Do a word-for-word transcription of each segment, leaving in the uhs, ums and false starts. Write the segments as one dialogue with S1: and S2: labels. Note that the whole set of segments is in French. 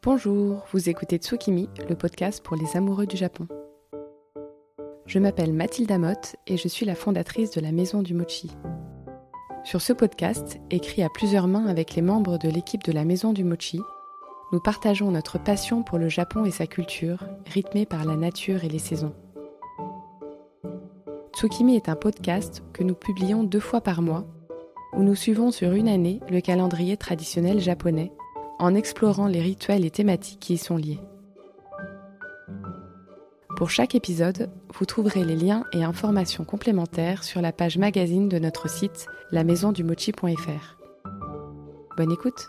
S1: Bonjour, vous écoutez Tsukimi, le podcast pour les amoureux du Japon. Je m'appelle Mathilda Motte et je suis la fondatrice de la Maison du Mochi. Sur ce podcast, écrit à plusieurs mains avec les membres de l'équipe de la Maison du Mochi, nous partageons notre passion pour le Japon et sa culture, rythmée par la nature et les saisons. Tsukimi est un podcast que nous publions deux fois par mois, où nous suivons sur une année le calendrier traditionnel japonais, en explorant les rituels et thématiques qui y sont liés. Pour chaque épisode, vous trouverez les liens et informations complémentaires sur la page magazine de notre site la maison du mochi point f r. Bonne écoute!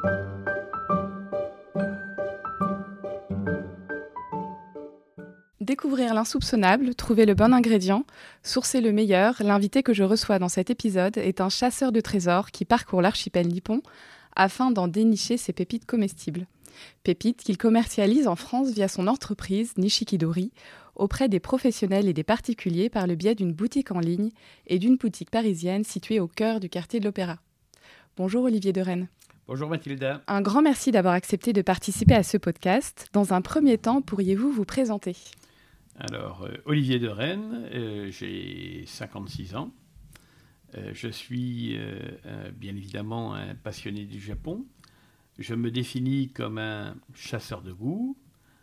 S1: Découvrir l'insoupçonnable, trouver le bon ingrédient, sourcer le meilleur, l'invité que je reçois dans cet épisode est un chasseur de trésors qui parcourt l'archipel nippon afin d'en dénicher ses pépites comestibles. Pépites qu'il commercialise en France via son entreprise Nishikidori, auprès des professionnels et des particuliers par le biais d'une boutique en ligne et d'une boutique parisienne située au cœur du quartier de l'Opéra. Bonjour Olivier de Rennes.
S2: Bonjour Mathilda.
S1: Un grand merci d'avoir accepté de participer à ce podcast. Dans un premier temps, pourriez-vous vous présenter ?
S2: Alors, euh, Olivier de Rennes, euh, j'ai cinquante-six ans. Euh, je suis euh, euh, bien évidemment un passionné du Japon. Je me définis comme un chasseur de goût,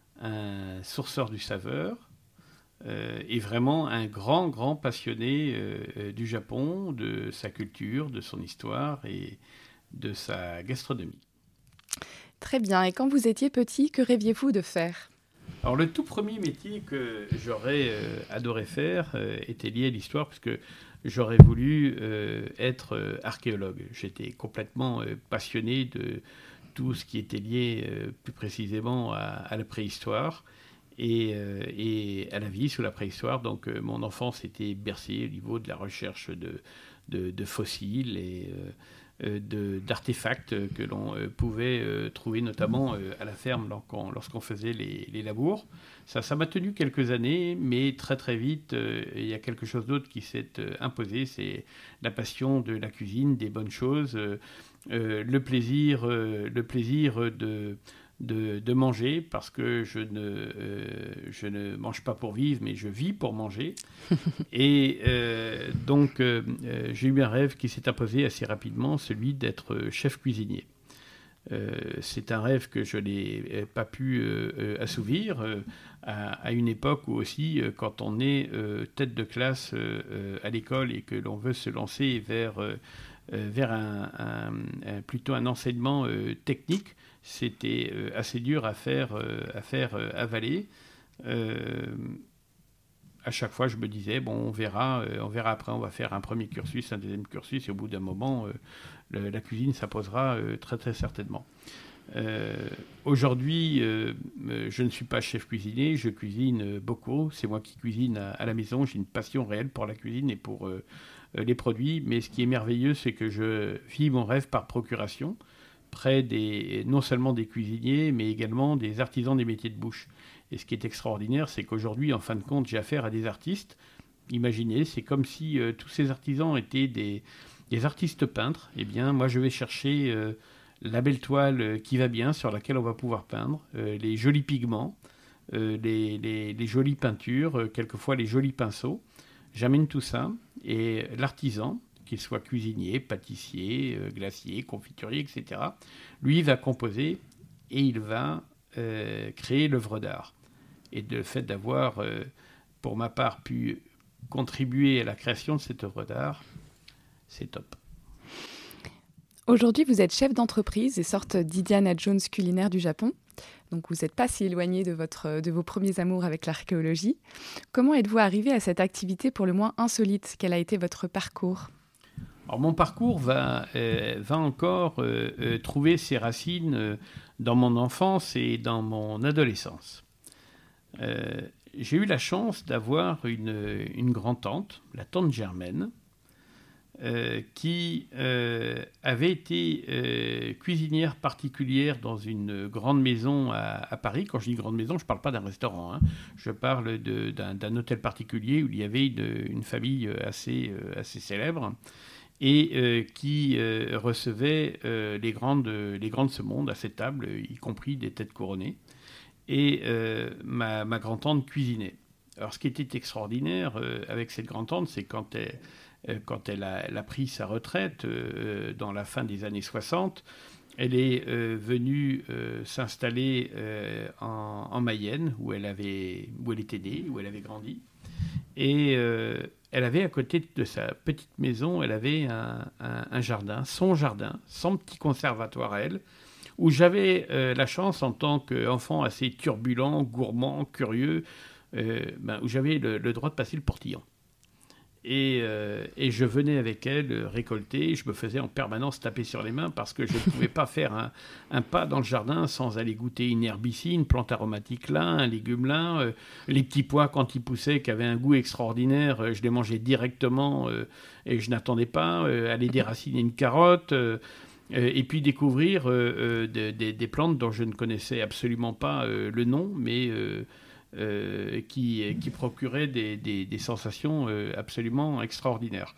S2: un sourceur du saveur euh, et vraiment un grand, grand passionné euh, du Japon, de sa culture, de son histoire et de sa gastronomie.
S1: Très bien. Et quand vous étiez petit, que rêviez-vous de faire ?
S2: Alors, le tout premier métier que j'aurais euh, adoré faire euh, était lié à l'histoire, parce que j'aurais voulu euh, être euh, archéologue. J'étais complètement euh, passionné de tout ce qui était lié euh, plus précisément à, à la préhistoire et, euh, et à la vie sous la préhistoire. Donc, euh, mon enfance était bercée au niveau de la recherche de, de, de fossiles et euh, De, d'artefacts que l'on euh, pouvait euh, trouver notamment euh, à la ferme lorsqu'on, lorsqu'on faisait les, les labours. Ça, ça m'a tenu quelques années, mais très très vite, euh, il y a quelque chose d'autre qui s'est euh, imposé, c'est la passion de la cuisine, des bonnes choses, euh, euh, le plaisir, euh, le plaisir de... De, de manger, parce que je ne, euh, je ne mange pas pour vivre, mais je vis pour manger. Et euh, donc, euh, euh, j'ai eu un rêve qui s'est imposé assez rapidement, celui d'être chef cuisinier. Euh, c'est un rêve que je n'ai pas pu euh, assouvir euh, à, à une époque où aussi, euh, quand on est euh, tête de classe euh, à l'école et que l'on veut se lancer vers, euh, vers un, un, un, plutôt un enseignement euh, technique, c'était euh, assez dur à faire, euh, à faire euh, avaler. Euh, à chaque fois, je me disais, bon, on verra, euh, on verra après, on va faire un premier cursus, un deuxième cursus, et au bout d'un moment, euh, le, la cuisine s'imposera euh, très, très certainement. Euh, aujourd'hui, euh, je ne suis pas chef cuisinier, je cuisine beaucoup. C'est moi qui cuisine à, à la maison. J'ai une passion réelle pour la cuisine et pour euh, les produits. Mais ce qui est merveilleux, c'est que je vis mon rêve par procuration, près des, non seulement des cuisiniers, mais également des artisans des métiers de bouche. Et ce qui est extraordinaire, c'est qu'aujourd'hui, en fin de compte, j'ai affaire à des artistes. Imaginez, c'est comme si euh, tous ces artisans étaient des, des artistes peintres. Eh bien, moi, je vais chercher euh, la belle toile qui va bien, sur laquelle on va pouvoir peindre, euh, les jolis pigments, euh, les, les, les jolies peintures, euh, quelquefois les jolis pinceaux. J'amène tout ça, et l'artisan, qu'il soit cuisinier, pâtissier, euh, glacier, confiturier, et cetera, lui va composer et il va euh, créer l'œuvre d'art. Et le fait d'avoir, euh, pour ma part, pu contribuer à la création de cette œuvre d'art, c'est top.
S1: Aujourd'hui, vous êtes chef d'entreprise et sorte d'Indiana Jones culinaire du Japon. Donc, vous n'êtes pas si éloigné de, votre, de vos premiers amours avec l'archéologie. Comment êtes-vous arrivé à cette activité pour le moins insolite ? Quel a été votre parcours ?
S2: Alors, mon parcours va, euh, va encore euh, euh, trouver ses racines euh, dans mon enfance et dans mon adolescence. Euh, j'ai eu la chance d'avoir une, une grand-tante, la tante Germaine, euh, qui euh, avait été euh, cuisinière particulière dans une grande maison à, à Paris. Quand je dis grande maison, je ne parle pas d'un restaurant, hein. Je parle de, d'un, d'un hôtel particulier où il y avait une, une famille assez, assez célèbre. et euh, qui euh, recevait euh, les, grandes, les grands de ce monde à cette table, y compris des têtes couronnées. Et euh, ma, ma grand-tante cuisinait. Alors, ce qui était extraordinaire euh, avec cette grand-tante, c'est quand elle, euh, quand elle, a, elle a pris sa retraite euh, dans la fin des années soixante, elle est euh, venue euh, s'installer euh, en, en Mayenne, où elle, avait, où elle était née, où elle avait grandi. Et euh, elle avait à côté de sa petite maison, elle avait un, un, un jardin, son jardin, son petit conservatoire à elle, où j'avais euh, la chance, en tant qu'enfant assez turbulent, gourmand, curieux, euh, ben, où j'avais le, le droit de passer le portillon. Et, euh, et je venais avec elle récolter, je me faisais en permanence taper sur les mains parce que je ne pouvais pas faire un, un pas dans le jardin sans aller goûter une herbicide, une plante aromatique là, un légume là. Euh, les petits pois, quand ils poussaient, qui avaient un goût extraordinaire, euh, je les mangeais directement euh, et je n'attendais pas. Euh, aller déraciner une carotte. Euh, et puis découvrir euh, euh, des, des, des plantes dont je ne connaissais absolument pas euh, le nom, mais euh, euh, qui, qui procuraient des, des, des sensations euh, absolument extraordinaires.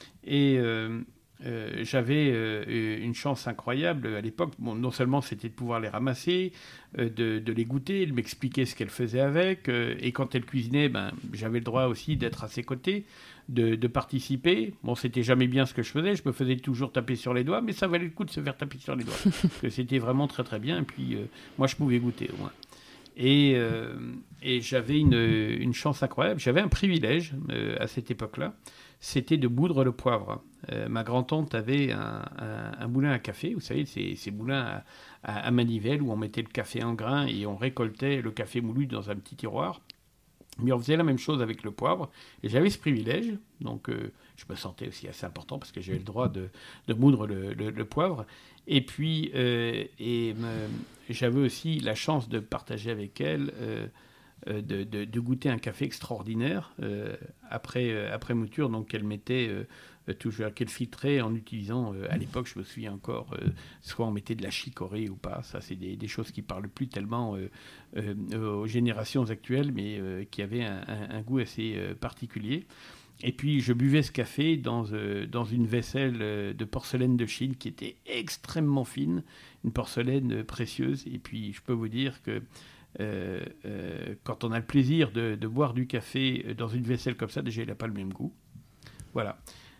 S2: Et euh, euh, j'avais euh, une chance incroyable à l'époque. Bon, non seulement c'était de pouvoir les ramasser, euh, de, de les goûter, de m'expliquer ce qu'elle faisait avec, euh, et quand elle cuisinait, ben, j'avais le droit aussi d'être à ses côtés. De, de participer. Bon, c'était jamais bien ce que je faisais, je me faisais toujours taper sur les doigts, mais ça valait le coup de se faire taper sur les doigts, parce que c'était vraiment très très bien, et puis euh, moi je pouvais goûter au moins. Et, euh, et j'avais une, une chance incroyable, j'avais un privilège euh, à cette époque-là, c'était de moudre le poivre. Euh, ma grand-tante avait un, un, un moulin à café, vous savez, ces, ces moulins à, à, à manivelle où on mettait le café en grains et on récoltait le café moulu dans un petit tiroir. Mais on faisait la même chose avec le poivre. Et j'avais ce privilège. Donc, euh, je me sentais aussi assez important parce que j'avais le droit de, de moudre le, le, le poivre. Et puis, euh, et me, j'avais aussi la chance de partager avec elle, euh, de, de, de goûter un café extraordinaire euh, après, euh, après mouture. Donc, qu'elle mettait euh, toujours, qu'elle filtrait en utilisant, euh, à l'époque, je me souviens encore, euh, soit on mettait de la chicorée ou pas. Ça, c'est des, des choses qui ne parlent plus tellement euh, euh, aux générations actuelles, mais euh, qui avaient un, un, un goût assez euh, particulier. Et puis, je buvais ce café dans, euh, dans une vaisselle euh, de porcelaine de Chine qui était extrêmement fine, une porcelaine euh, précieuse. Et puis, je peux vous dire que euh, euh, quand on a le plaisir de, de boire du café dans une vaisselle comme ça, déjà, il n'a pas le même goût. Voilà.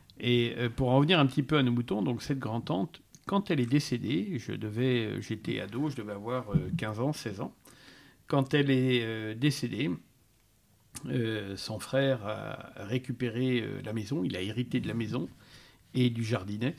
S2: Et euh, pour en revenir un petit peu à nos moutons, donc cette grand-tante, quand elle est décédée, je devais, j'étais ado, je devais avoir euh, quinze ans, seize ans. Quand elle est euh, décédée, Euh, son frère a récupéré euh, la maison, il a hérité de la maison et du jardinet.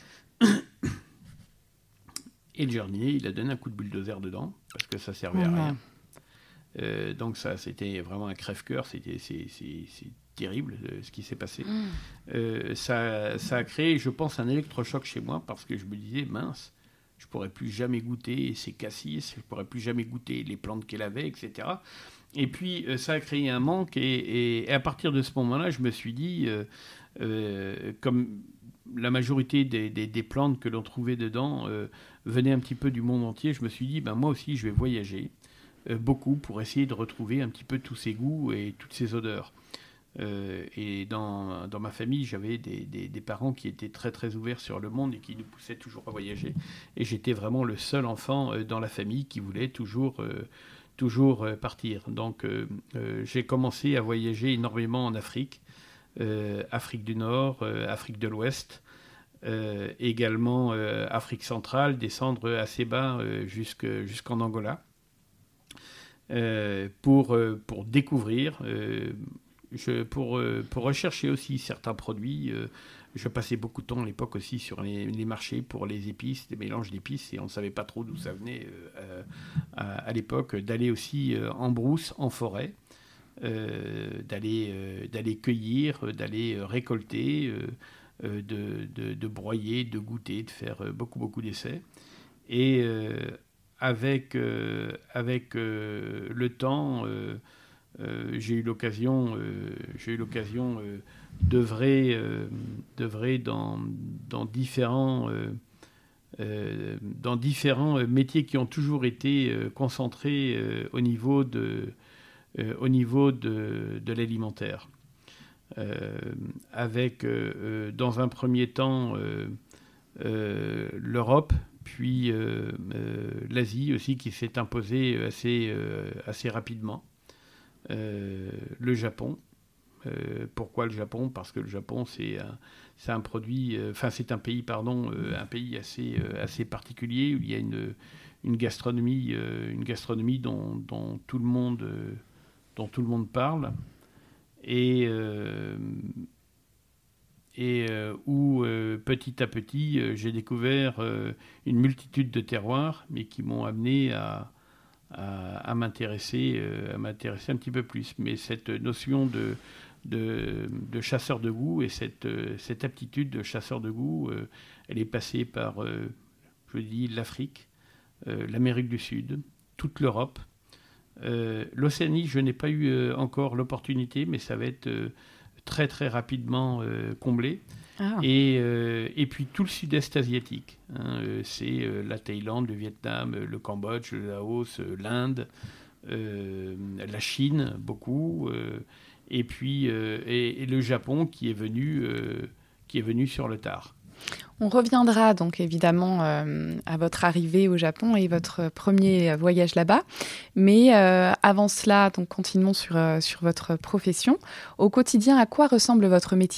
S2: Et le jardinier, il a donné un coup de bulldozer dedans, parce que ça servait à rien. Euh, donc ça, c'était vraiment un crève-cœur, c'était, c'est, c'est, c'est terrible euh, ce qui s'est passé. Mm. Euh, ça, ça a créé, je pense, un électrochoc chez moi, parce que je me disais, mince, je ne pourrais plus jamais goûter ses cassis, je ne pourrais plus jamais goûter les plantes qu'elle avait, et cetera. Et puis, euh, ça a créé un manque. Et, et, et à partir de ce moment-là, je me suis dit, euh, euh, comme la majorité des, des, des plantes que l'on trouvait dedans euh, venaient un petit peu du monde entier, je me suis dit, ben, moi aussi, je vais voyager euh, beaucoup pour essayer de retrouver un petit peu tous ces goûts et toutes ces odeurs. Euh, et dans, dans ma famille, j'avais des, des, des parents qui étaient très, très ouverts sur le monde et qui nous poussaient toujours à voyager. Et j'étais vraiment le seul enfant euh, dans la famille qui voulait toujours... Euh, toujours euh, partir. Donc euh, euh, j'ai commencé à voyager énormément en Afrique, euh, Afrique du Nord, euh, Afrique de l'Ouest, euh, également euh, Afrique centrale, descendre assez bas euh, jusque, jusqu'en Angola, euh, pour, euh, pour découvrir, euh, je, pour, euh, pour rechercher aussi certains produits. Euh, je passais beaucoup de temps à l'époque aussi sur les, les marchés pour les épices, des mélanges d'épices, et on ne savait pas trop d'où ça venait euh, à, à l'époque, d'aller aussi euh, en brousse, en forêt, euh, d'aller, euh, d'aller cueillir, d'aller récolter, euh, de, de, de broyer, de goûter, de faire beaucoup, beaucoup d'essais. Et euh, avec, euh, avec euh, le temps... Euh, Euh, j'ai eu l'occasion, euh, j'ai eu l'occasion euh, d'œuvrer, euh, d'œuvrer dans, dans différents, euh, euh, dans différents métiers qui ont toujours été euh, concentrés euh, au niveau de, euh, au niveau de, de l'alimentaire. euh, avec, euh, dans un premier temps, euh, euh, l'Europe, puis euh, euh, l'Asie aussi, qui s'est imposée assez, euh, assez rapidement. Euh, le Japon. Euh, pourquoi le Japon ? Parce que le Japon, c'est un, c'est un produit, enfin, euh, c'est un pays, pardon, euh, un pays assez, euh, assez particulier où il y a une, une gastronomie, euh, une gastronomie dont, dont tout le monde, euh, dont tout le monde parle, et euh, et euh, où euh, petit à petit, euh, j'ai découvert euh, une multitude de terroirs, mais qui m'ont amené à à, à m'intéresser, euh, à m'intéresser un petit peu plus. Mais cette notion de De, de chasseur de goût et cette, euh, cette aptitude de chasseur de goût, euh, elle est passée par, euh, je dis, l'Afrique, euh, l'Amérique du Sud, toute l'Europe. Euh, L'Océanie, je n'ai pas eu euh, encore l'opportunité, mais ça va être euh, très très rapidement euh, comblé.
S1: Ah.
S2: Et, euh, et puis tout le sud-est asiatique. Hein, euh, c'est euh, la Thaïlande, le Vietnam, euh, le Cambodge, le Laos, euh, l'Inde, euh, la Chine, beaucoup. Euh, et puis euh, et, et le Japon qui est venu euh, qui est venu sur le tard.
S1: On reviendra donc évidemment euh, à votre arrivée au Japon et votre premier voyage là-bas, mais euh, avant cela, donc continuons sur euh, sur votre profession. Au quotidien, à quoi ressemble votre métier ?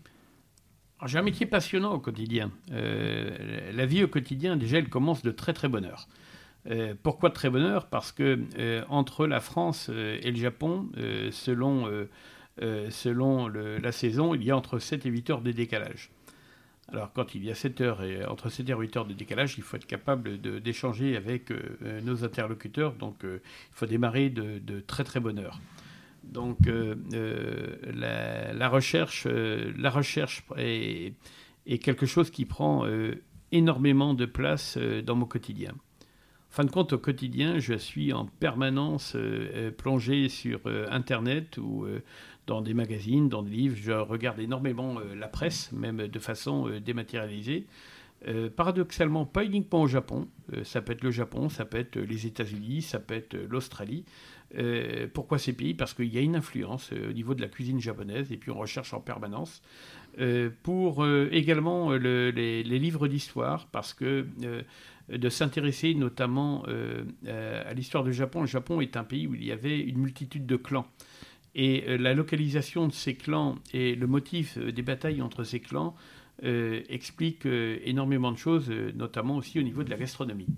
S2: Alors, j'ai un métier passionnant au quotidien. Euh, la vie au quotidien, déjà, elle commence de très très bonne heure. Euh, pourquoi de très bonne heure ? Parce que euh, entre la France euh, et le Japon, euh, selon, euh, euh, selon le, la saison, il y a entre sept et huit heures de décalage. Alors quand il y a sept heures et, entre sept et huit heures de décalage, il faut être capable de, d'échanger avec euh, nos interlocuteurs. Donc euh, il faut démarrer de, de très très bonne heure. Donc euh, euh, la, la recherche, euh, la recherche est, est quelque chose qui prend euh, énormément de place euh, dans mon quotidien. En fin de compte, au quotidien, je suis en permanence euh, plongé sur euh, Internet ou euh, dans des magazines, dans des livres. Je regarde énormément euh, la presse, même de façon euh, dématérialisée. Euh, paradoxalement, pas uniquement au Japon. Euh, ça peut être le Japon, ça peut être les États-Unis, ça peut être l'Australie. Euh, pourquoi ces pays ? Parce qu'il y a une influence euh, au niveau de la cuisine japonaise et puis on recherche en permanence. Euh, pour euh, également euh, le, les, les livres d'histoire, parce que euh, de s'intéresser notamment euh, à l'histoire du Japon. Le Japon est un pays où il y avait une multitude de clans. Et euh, la localisation de ces clans et le motif des batailles entre ces clans euh, explique euh, énormément de choses, euh, notamment aussi au niveau de la gastronomie.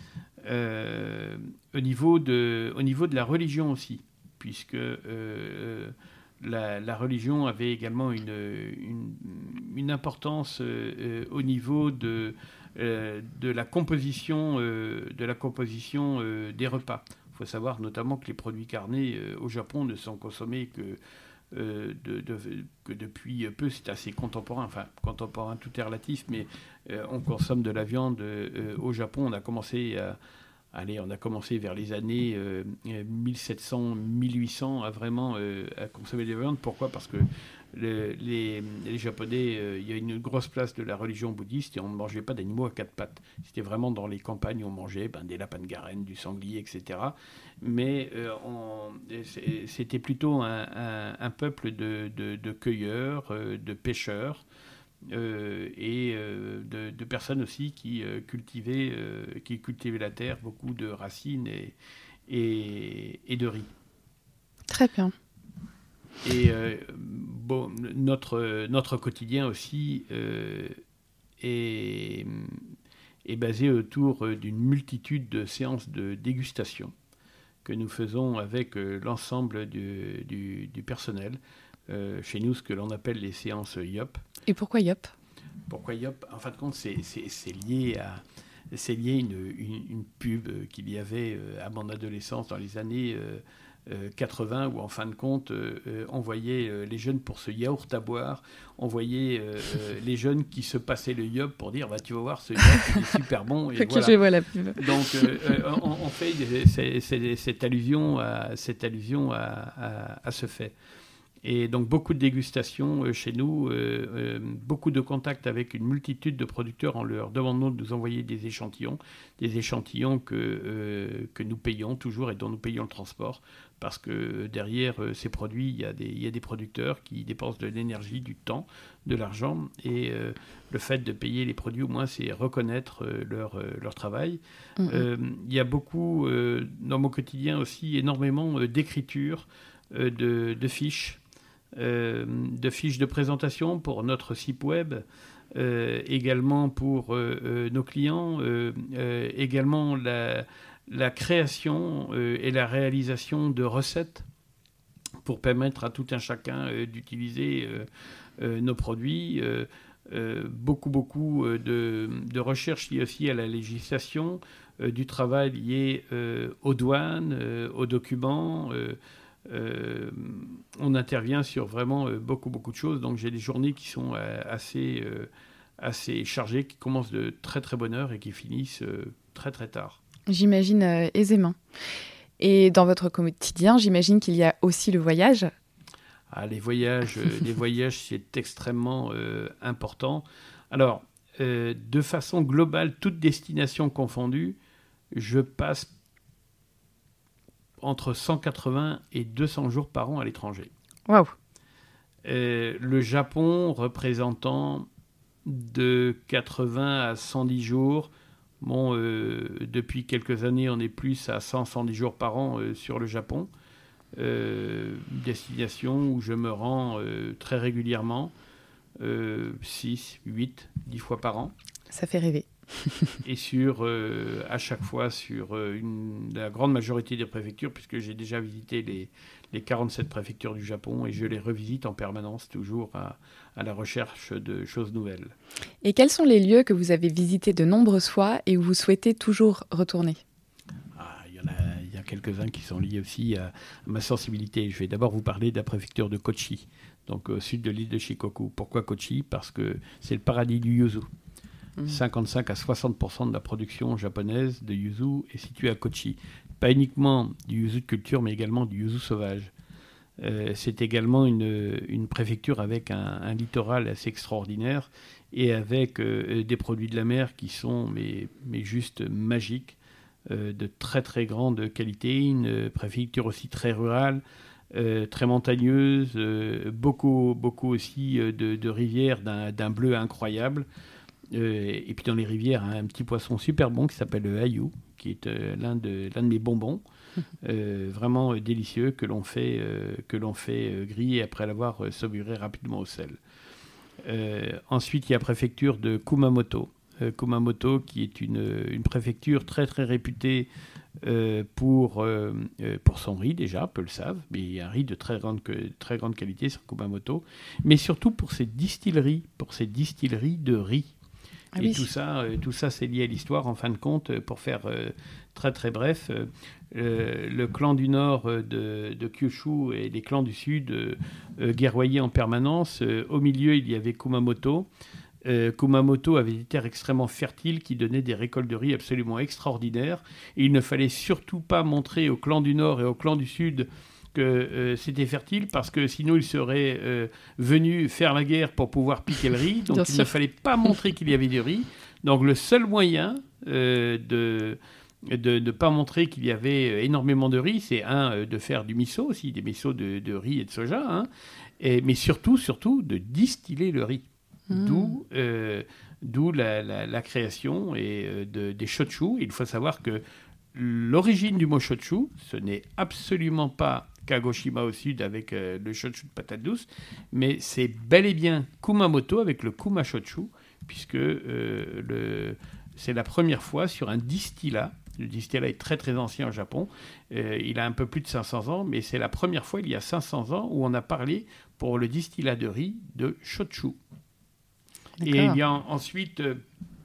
S2: Euh, au, niveau de, au niveau de la religion aussi, puisque euh, la, la religion avait également une, une, une importance euh, au niveau de, euh, de la composition, euh, de la composition euh, des repas. Il faut savoir notamment que les produits carnés euh, au Japon ne sont consommés que, euh, de, de, que depuis peu. C'est assez contemporain, enfin contemporain, tout est relatif, mais euh, on consomme de la viande euh, au Japon. On a commencé à Allez, on a commencé vers les années euh, mille sept cents, mille huit cents à vraiment euh, à consommer des viandes. Pourquoi ? Parce que le, les, les Japonais, euh, il y a une grosse place de la religion bouddhiste et on ne mangeait pas d'animaux à quatre pattes. C'était vraiment dans les campagnes, on mangeait ben, des lapins de Garenne, du sanglier, et cetera. Mais euh, on, c'était plutôt un, un, un peuple de, de, de cueilleurs, euh, de pêcheurs. Euh, et euh, de, de personnes aussi qui, euh, cultivaient, euh, qui cultivaient la terre, beaucoup de racines et, et, et de riz.
S1: Très bien.
S2: Et euh, bon, notre, notre quotidien aussi euh, est, est basé autour d'une multitude de séances de dégustation que nous faisons avec euh, l'ensemble du, du, du personnel. Euh, chez nous, ce que l'on appelle les séances Y O P.
S1: Et pourquoi Y O P ?
S2: Pourquoi Y O P ? En fin de compte, c'est, c'est, c'est lié à c'est lié à une, une, une pub qu'il y avait à mon adolescence dans les années euh, quatre-vingts, où en fin de compte, euh, on voyait euh, les jeunes pour ce yaourt à boire, on voyait euh, les jeunes qui se passaient le Y O P pour dire bah, tu vas voir, ce yaourt il est super bon. Et
S1: ok,
S2: voilà.
S1: Je vois la pub.
S2: Donc, euh, on, on fait c'est, c'est, cette allusion à, cette allusion à, à, à ce fait. Et donc beaucoup de dégustations euh, chez nous, euh, euh, beaucoup de contacts avec une multitude de producteurs en leur demandant de nous envoyer des échantillons, des échantillons que, euh, que nous payons toujours et dont nous payons le transport, parce que derrière euh, ces produits, il y a des, il y a des producteurs qui dépensent de l'énergie, du temps, de l'argent, et euh, le fait de payer les produits, au moins, c'est reconnaître euh, leur, euh, leur travail. Mmh. Euh, il y a beaucoup, euh, dans mon quotidien aussi, énormément euh, d'écriture, euh, de, de fiches, Euh, de fiches de présentation pour notre site web, euh, également pour euh, euh, nos clients, euh, euh, également la, la création euh, et la réalisation de recettes pour permettre à tout un chacun euh, d'utiliser euh, euh, nos produits. Euh, euh, beaucoup, beaucoup de, de recherches liées aussi à la législation, euh, du travail lié euh, aux douanes, euh, aux documents. Euh, Euh, on intervient sur vraiment euh, beaucoup, beaucoup de choses. Donc j'ai des journées qui sont euh, assez, euh, assez chargées, qui commencent de très, très bonne heure et qui finissent euh, très, très tard.
S1: J'imagine euh, aisément. Et dans votre quotidien, j'imagine qu'il y a aussi le voyage.
S2: Ah, les voyages, euh, les voyages, c'est extrêmement euh, important. Alors, euh, de façon globale, toutes destinations confondues, je passe entre cent quatre-vingts et deux cents jours par an à l'étranger.
S1: Waouh.
S2: Euh, le Japon représentant de quatre-vingts à cent dix jours. Bon, euh, depuis quelques années, on est plus à cent à cent dix jours par an euh, sur le Japon. Euh, destination où je me rends euh, très régulièrement, euh, six, huit, dix fois par an.
S1: Ça fait rêver.
S2: Et sur, euh, à chaque fois sur euh, une, la grande majorité des préfectures, puisque j'ai déjà visité les, les quarante-sept préfectures du Japon et je les revisite en permanence, toujours à, à la recherche de choses nouvelles.
S1: Et quels sont les lieux que vous avez visités de nombreuses fois et où vous souhaitez toujours retourner ?
S2: Ah, il y en a, il y a quelques-uns qui sont liés aussi à, à ma sensibilité. Je vais d'abord vous parler de la préfecture de Kochi, donc au sud de l'île de Shikoku. Pourquoi Kochi ? Parce que c'est le paradis du yuzu. cinquante-cinq à soixante pour cent de la production japonaise de yuzu est située à Kochi. Pas uniquement du yuzu de culture, mais également du yuzu sauvage. Euh, c'est également une, une préfecture avec un, un littoral assez extraordinaire et avec euh, des produits de la mer qui sont mais, mais juste magiques, euh, de très très grande qualité. Une préfecture aussi très rurale, euh, très montagneuse, euh, beaucoup, beaucoup aussi euh, de, de rivières d'un, d'un bleu incroyable. Euh, et puis dans les rivières, hein, un petit poisson super bon qui s'appelle le hayu, qui est euh, l'un, de, l'un de mes bonbons, euh, vraiment euh, délicieux, que l'on fait, euh, que l'on fait euh, griller après l'avoir euh, saumuré rapidement au sel. Euh, ensuite, il y a la préfecture de Kumamoto. Euh, Kumamoto, qui est une, une préfecture très très réputée euh, pour, euh, pour son riz déjà, peu le savent, mais il y a un riz de très grande, très grande qualité sur Kumamoto, mais surtout pour ses distilleries, pour ses distilleries de riz. Ah et oui. tout ça, euh, tout ça, c'est lié à l'histoire. En fin de compte, pour faire euh, très très bref, euh, le clan du Nord euh, de, de Kyushu et les clans du Sud euh, euh, guerroyaient en permanence. Euh, au milieu, il y avait Kumamoto. Euh, Kumamoto avait des terres extrêmement fertiles qui donnaient des récoltes de riz absolument extraordinaires. Et il ne fallait surtout pas montrer au clan du Nord et au clan du Sud que euh, c'était fertile, parce que sinon ils seraient euh, venus faire la guerre pour pouvoir piquer le riz. Donc Bien il sûr. ne fallait pas montrer qu'il y avait du riz. Donc le seul moyen euh, de de ne pas montrer qu'il y avait énormément de riz, c'est un, euh, de faire du miso aussi, des misos de, de riz et de soja, hein, et, mais surtout, surtout de distiller le riz. Mmh. D'où, euh, d'où la, la, la création et, euh, de, des shochu. Il faut savoir que l'origine du mot shochu, ce n'est absolument pas Kagoshima au sud avec euh, le shochu de patate douce, mais c'est bel et bien Kumamoto avec le kuma shochu, puisque euh, le, c'est la première fois sur un distillat. Le distillat est très très ancien au Japon, euh, il a un peu plus de cinq cents ans, mais c'est la première fois il y a cinq cents ans où on a parlé pour le distillat de riz de shochu. D'accord. Et il y a ensuite... Euh,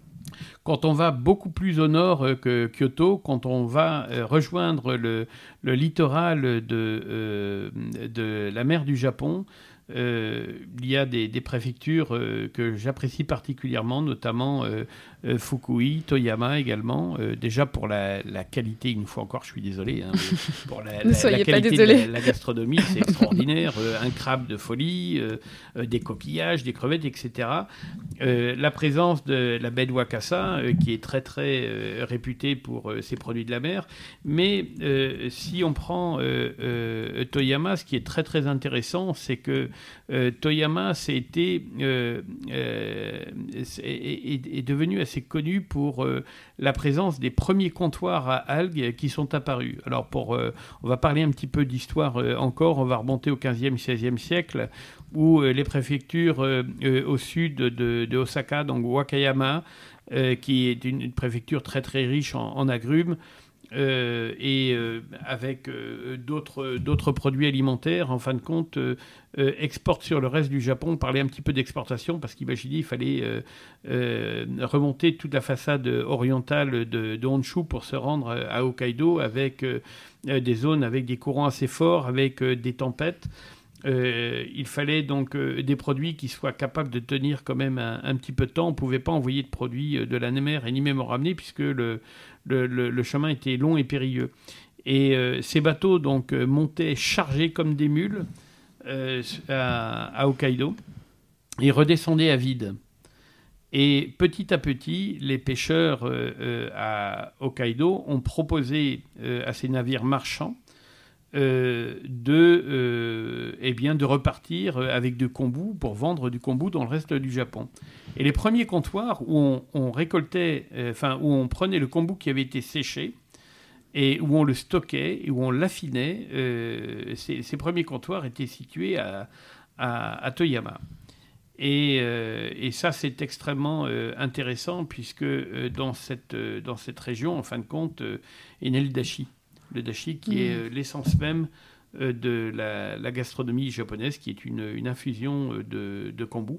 S2: Quand on va beaucoup plus au nord euh, que Kyoto, quand on va euh, rejoindre le, le littoral de, euh, de la mer du Japon, euh, il y a des, des préfectures euh, que j'apprécie particulièrement, notamment euh, euh, Fukui, Toyama également. Euh, déjà pour la, la qualité, une fois encore, je suis désolé, hein, pour la,
S1: ne
S2: la,
S1: soyez
S2: la
S1: pas
S2: qualité
S1: désolé.
S2: de la, la gastronomie, c'est extraordinaire. Euh, un crabe de folie, euh, euh, des coquillages, des crevettes, et cetera. Euh, la présence de la baie de Wakasa, euh, qui est très très euh, réputée pour euh, ses produits de la mer. Mais euh, si on prend euh, euh, Toyama, ce qui est très très intéressant, c'est que euh, Toyama c'était, euh, euh, est, est, est devenu assez connu pour euh, la présence des premiers comptoirs à algues qui sont apparus. Alors pour, euh, on va parler un petit peu d'histoire euh, encore, on va remonter au quinzième, seizième siècle, où euh, les préfectures euh, euh, au sud de, de Osaka, donc Wakayama, euh, qui est une, une préfecture très très riche en, en agrumes, Euh, et euh, avec euh, d'autres, d'autres produits alimentaires, en fin de compte, euh, euh, exportent sur le reste du Japon. On parlait un petit peu d'exportation parce qu'imaginez, il fallait euh, euh, remonter toute la façade orientale de, de Honshu pour se rendre à Hokkaido avec euh, des zones avec des courants assez forts, avec euh, des tempêtes. Euh, il fallait donc euh, des produits qui soient capables de tenir quand même un, un petit peu de temps. On ne pouvait pas envoyer de produits de la mer et ni même en ramener puisque le, le, le, le chemin était long et périlleux. Et euh, ces bateaux donc euh, montaient chargés comme des mules euh, à, à Hokkaido et redescendaient à vide. Et petit à petit, les pêcheurs euh, euh, à Hokkaido ont proposé euh, à ces navires marchands Euh, de, euh, eh bien, de repartir avec du kombu pour vendre du kombu dans le reste du Japon. Et les premiers comptoirs où on, on récoltait, euh, enfin où on prenait le kombu qui avait été séché et où on le stockait et où on l'affinait, euh, ces, ces premiers comptoirs étaient situés à, à, à Toyama. Et, euh, et ça, c'est extrêmement euh, intéressant puisque euh, dans, cette, euh, dans cette région, en fin de compte, euh, est né le dashi. Le dashi qui mmh. est euh, l'essence même euh, de la, la gastronomie japonaise, qui est une, une infusion de, de kombu.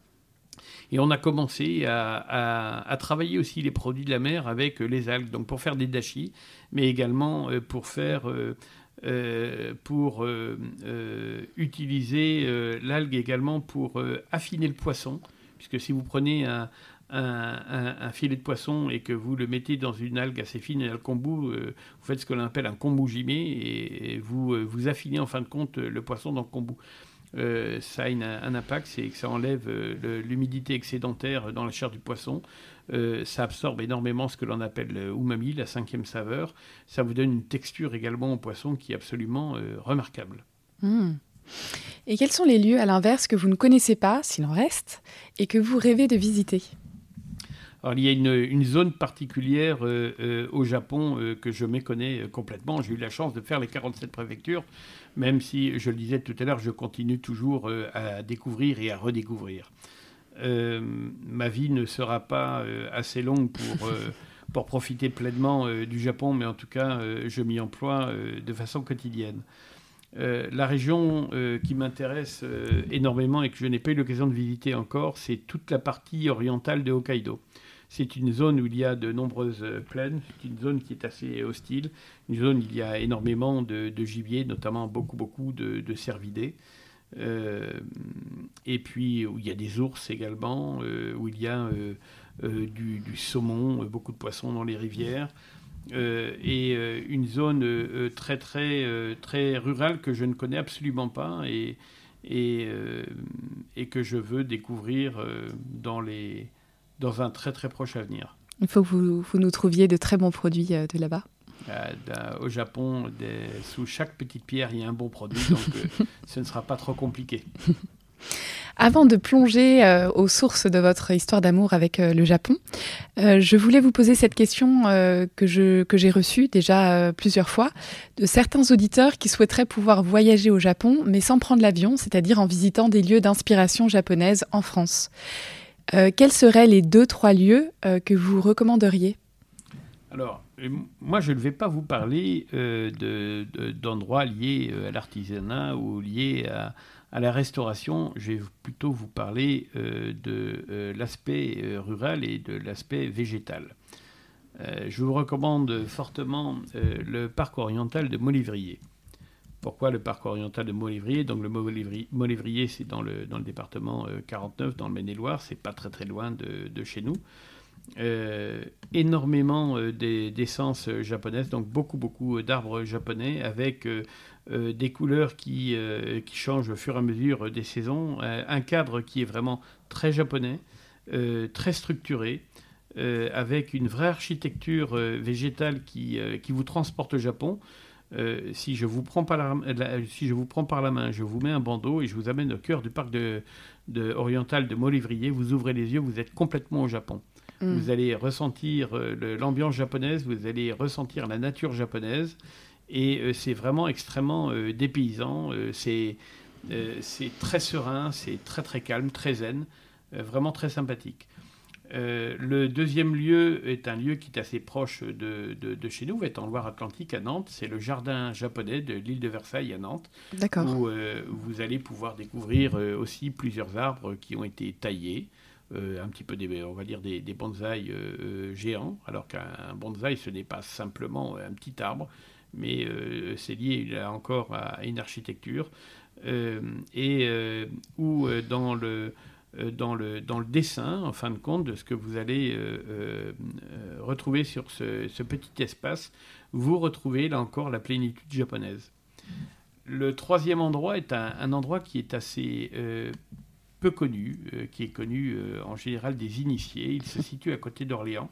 S2: Et on a commencé à, à, à travailler aussi les produits de la mer avec euh, les algues, donc pour faire des dashi, mais également euh, pour faire... Euh, euh, pour euh, euh, utiliser euh, l'algue également pour euh, affiner le poisson, puisque si vous prenez un... Un, un, un filet de poisson et que vous le mettez dans une algue assez fine, le kombu, euh, vous faites ce que l'on appelle un kombu-jime et, et vous, euh, vous affinez en fin de compte le poisson dans le kombu. Euh, ça a une, un impact, c'est que ça enlève euh, le, l'humidité excédentaire dans la chair du poisson. Euh, ça absorbe énormément ce que l'on appelle le umami, la cinquième saveur. Ça vous donne une texture également au poisson qui est absolument euh, remarquable.
S1: Mmh. Et quels sont les lieux, à l'inverse, que vous ne connaissez pas, s'il en reste, et que vous rêvez de visiter ?
S2: Alors, il y a une, une zone particulière euh, euh, au Japon euh, que je méconnais complètement. J'ai eu la chance de faire les quarante-sept préfectures, même si, je le disais tout à l'heure, je continue toujours euh, à découvrir et à redécouvrir. Euh, ma vie ne sera pas euh, assez longue pour, euh, pour profiter pleinement euh, du Japon, mais en tout cas, euh, je m'y emploie euh, de façon quotidienne. Euh, la région euh, qui m'intéresse euh, énormément et que je n'ai pas eu l'occasion de visiter encore, c'est toute la partie orientale de Hokkaido. C'est une zone où il y a de nombreuses plaines, c'est une zone qui est assez hostile, une zone où il y a énormément de, de gibier, notamment beaucoup, beaucoup de, de cervidés. Euh, et puis où il y a des ours également, euh, où il y a euh, euh, du, du saumon, euh, beaucoup de poissons dans les rivières. Euh, et euh, une zone euh, très, très, euh, très rurale que je ne connais absolument pas et, et, euh, et que je veux découvrir euh, dans les... dans un très très proche avenir.
S1: Il faut que vous, vous nous trouviez de très bons produits euh, de là-bas.
S2: Euh, au Japon, des, sous chaque petite pierre, il y a un bon produit, donc euh, ce ne sera pas trop compliqué.
S1: Avant de plonger euh, aux sources de votre histoire d'amour avec euh, le Japon, euh, je voulais vous poser cette question euh, que, je, que j'ai reçue déjà euh, plusieurs fois de certains auditeurs qui souhaiteraient pouvoir voyager au Japon, mais sans prendre l'avion, c'est-à-dire en visitant des lieux d'inspiration japonaise en France. Euh, quels seraient les deux, trois lieux euh, que vous recommanderiez ?
S2: Alors, moi, je ne vais pas vous parler euh, de, de, d'endroits liés à l'artisanat ou liés à, à la restauration. Je vais plutôt vous parler euh, de euh, l'aspect euh, rural et de l'aspect végétal. Euh, je vous recommande fortement euh, le parc oriental de Molévrier. Pourquoi le parc oriental de Molévrier ? Donc le Molévrier, Molévrier c'est dans le, dans le département euh, quarante-neuf, dans le Maine-et-Loire, c'est pas très très loin de, de chez nous. euh, énormément euh, d'essences japonaises, donc beaucoup, beaucoup d'arbres japonais avec euh, euh, des couleurs qui, euh, qui changent au fur et à mesure des saisons, euh, un cadre qui est vraiment très japonais, euh, très structuré, euh, avec une vraie architecture euh, végétale qui, euh, qui vous transporte au Japon. Euh, si, je vous prends par la, la, si je vous prends par la main, je vous mets un bandeau et je vous amène au cœur du parc de, de, oriental de Molévrier, vous ouvrez les yeux, vous êtes complètement au Japon. Mm. Vous allez ressentir euh, l'ambiance japonaise, vous allez ressentir la nature japonaise, et euh, c'est vraiment extrêmement euh, dépaysant, euh, c'est euh, très serein, c'est très très calme, très zen, euh, vraiment très sympathique. Euh, le deuxième lieu est un lieu qui est assez proche de, de, de chez nous, va être en Loire-Atlantique à Nantes. C'est le jardin japonais de l'île de Versailles à Nantes, où euh, vous allez pouvoir découvrir euh, aussi plusieurs arbres qui ont été taillés, euh, un petit peu des, on va dire des, des bonsaïs euh, géants, alors qu'un bonsaï ce n'est pas simplement un petit arbre, mais euh, c'est lié là encore à une architecture, euh, et euh, où euh, dans le Dans le, dans le dessin, en fin de compte, de ce que vous allez euh, euh, retrouver sur ce, ce petit espace, vous retrouvez là encore la plénitude japonaise. Le troisième endroit est un, un endroit qui est assez euh, peu connu, euh, qui est connu euh, en général des initiés. Il se situe à côté d'Orléans.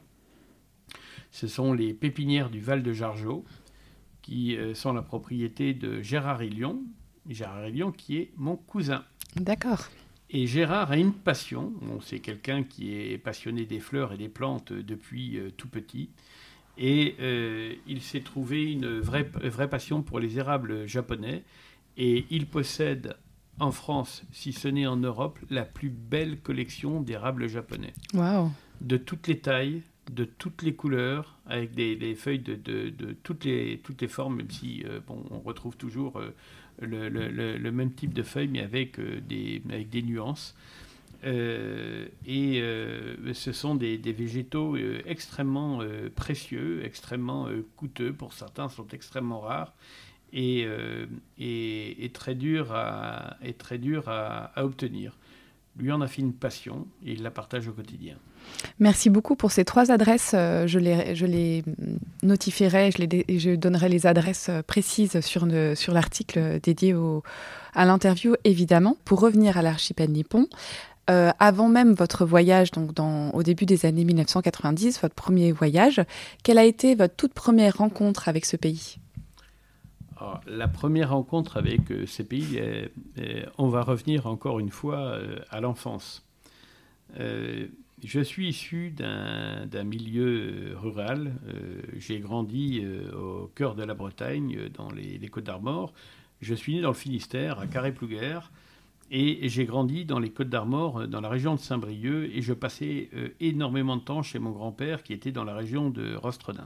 S2: Ce sont les pépinières du Val de Jargeau, qui euh, sont la propriété de Gérard Hélion, Gérard Hélion qui est mon cousin.
S1: D'accord.
S2: Et Gérard a une passion, bon, c'est quelqu'un qui est passionné des fleurs et des plantes depuis euh, tout petit, et euh, il s'est trouvé une vraie, vraie passion pour les érables japonais, et il possède en France, si ce n'est en Europe, la plus belle collection d'érables japonais.
S1: Wow.
S2: De toutes les tailles, de toutes les couleurs, avec des, des feuilles de, de, de toutes, les, toutes les formes, même si euh, bon, on retrouve toujours... Euh, Le, le, le même type de feuilles, mais avec, euh, des, avec des nuances. Euh, et euh, ce sont des, des végétaux euh, extrêmement euh, précieux, extrêmement euh, coûteux, pour certains sont extrêmement rares, et, euh, et, et très durs à, et très dur à, à obtenir. Lui en a fait une passion et il la partage au quotidien.
S1: Merci beaucoup pour ces trois adresses. Je les, je les notifierai, je, les, je donnerai les adresses précises sur, le, sur l'article dédié au, à l'interview, évidemment. Pour revenir à l'archipel nippon, euh, avant même votre voyage, donc dans, au début des années mille neuf cent quatre-vingt-dix, votre premier voyage, quelle a été votre toute première rencontre avec ce pays ?
S2: Alors, la première rencontre avec euh, ces pays, euh, euh, on va revenir encore une fois euh, à l'enfance. Euh, je suis issu d'un, d'un milieu rural. Euh, j'ai grandi euh, au cœur de la Bretagne, dans les, les Côtes-d'Armor. Je suis né dans le Finistère, à Carré-Plouguer, et j'ai grandi dans les Côtes-d'Armor, dans la région de Saint-Brieuc, et je passais euh, énormément de temps chez mon grand-père, qui était dans la région de Rostredin.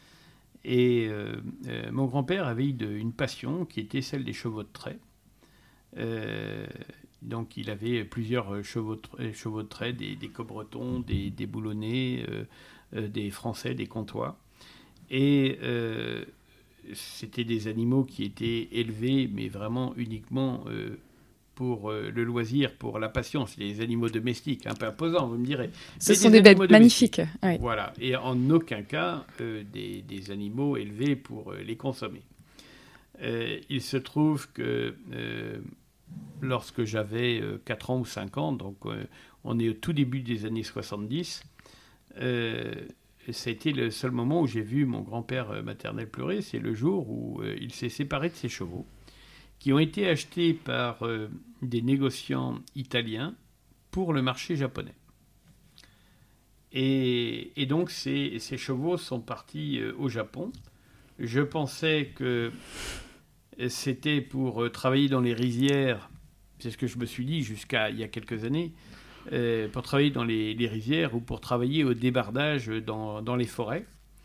S2: Et euh, euh, mon grand-père avait une, une passion qui était celle des chevaux de trait. Euh, donc il avait plusieurs chevaux de, chevaux de trait, des, des Cobretons, des, des Boulonnais, euh, euh, des Français, des Comtois. Et euh, c'était des animaux qui étaient élevés, mais vraiment uniquement euh, pour euh, le loisir, pour la passion. C'est des animaux domestiques, un peu imposants, vous me direz.
S1: Ce mais sont des, des bêtes magnifiques. Oui.
S2: Voilà, et en aucun cas euh, des, des animaux élevés pour euh, les consommer. Euh, il se trouve que euh, lorsque j'avais euh, quatre ans ou cinq ans, donc euh, on est au tout début des années soixante-dix, euh, ça a été le seul moment où j'ai vu mon grand-père maternel pleurer. C'est le jour où euh, il s'est séparé de ses chevaux, qui ont été achetés par euh, des négociants italiens pour le marché japonais. Et, et donc ces, ces chevaux sont partis euh, au Japon. Je pensais que c'était pour euh, travailler dans les rizières, c'est ce que je me suis dit jusqu'à il y a quelques années, euh, pour travailler dans les, les rizières ou pour travailler au débardage dans, dans les forêts.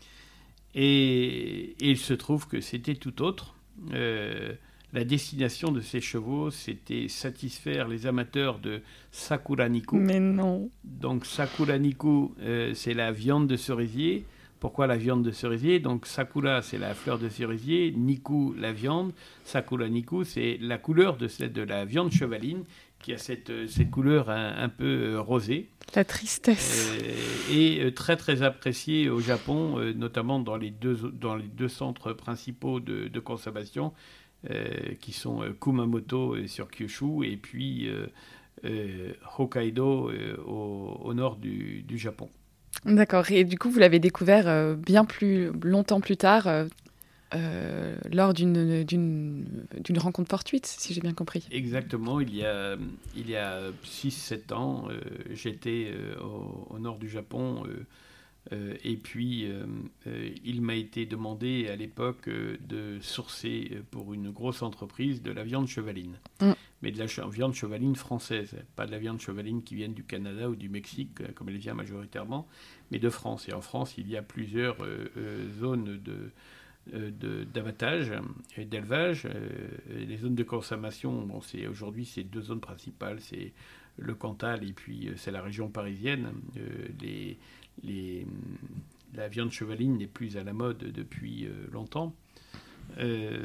S2: Et, et il se trouve que c'était tout autre. Euh, La destination de ces chevaux, c'était satisfaire les amateurs de Sakura Niku.
S1: Mais non.
S2: Donc Sakura Niku, euh, c'est la viande de cerisier. Pourquoi la viande de cerisier ? Donc Sakura, c'est la fleur de cerisier. Niku, la viande. Sakura Niku, c'est la couleur de, de la viande chevaline qui a cette, cette couleur un, un peu rosée.
S1: La tristesse.
S2: Euh, et très très apprécié au Japon, euh, notamment dans les deux, dans les deux centres principaux de, de consommation, euh, qui sont Kumamoto sur Kyushu et puis euh, euh, Hokkaido euh, au, au nord du, du Japon.
S1: D'accord. Et du coup, vous l'avez découvert euh, bien plus longtemps plus tard, euh, euh, lors d'une, d'une, d'une rencontre fortuite, si j'ai bien compris.
S2: Exactement. Il y a, il y a six sept ans, euh, j'étais euh, au, au nord du Japon. Euh, euh, et puis, euh, euh, il m'a été demandé à l'époque euh, de sourcer pour une grosse entreprise de la viande chevaline. Mm. Mais de la ch- viande chevaline française, pas de la viande chevaline qui vient du Canada ou du Mexique, comme elle vient majoritairement, mais de France. Et en France, il y a plusieurs euh, euh, zones de, euh, de, d'abattage et d'élevage. Euh, les zones de consommation, bon, c'est, aujourd'hui, c'est deux zones principales, c'est le Cantal et puis euh, c'est la région parisienne. Euh, les, les, la viande chevaline n'est plus à la mode depuis euh, longtemps. Euh,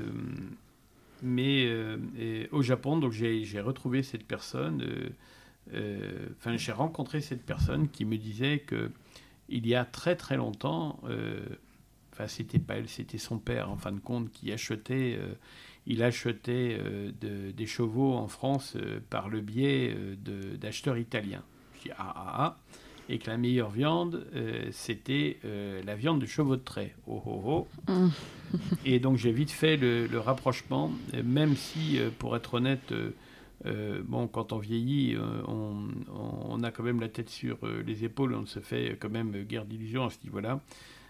S2: Mais euh, au Japon, donc j'ai, j'ai retrouvé cette personne, enfin euh, euh, j'ai rencontré cette personne qui me disait que il y a très très longtemps, enfin euh, c'était pas elle, c'était son père en fin de compte qui achetait, euh, il achetait euh, de, des chevaux en France euh, par le biais euh, de, d'acheteurs italiens. Je dis ah ah ah. Et que la meilleure viande, euh, c'était euh, la viande de chevaux de trait. Oh oh oh. Mm. Et donc j'ai vite fait le, le rapprochement, même si, euh, pour être honnête, euh, euh, bon, quand on vieillit, euh, on, on a quand même la tête sur euh, les épaules, on se fait quand même guère d'illusions à ce niveau-là.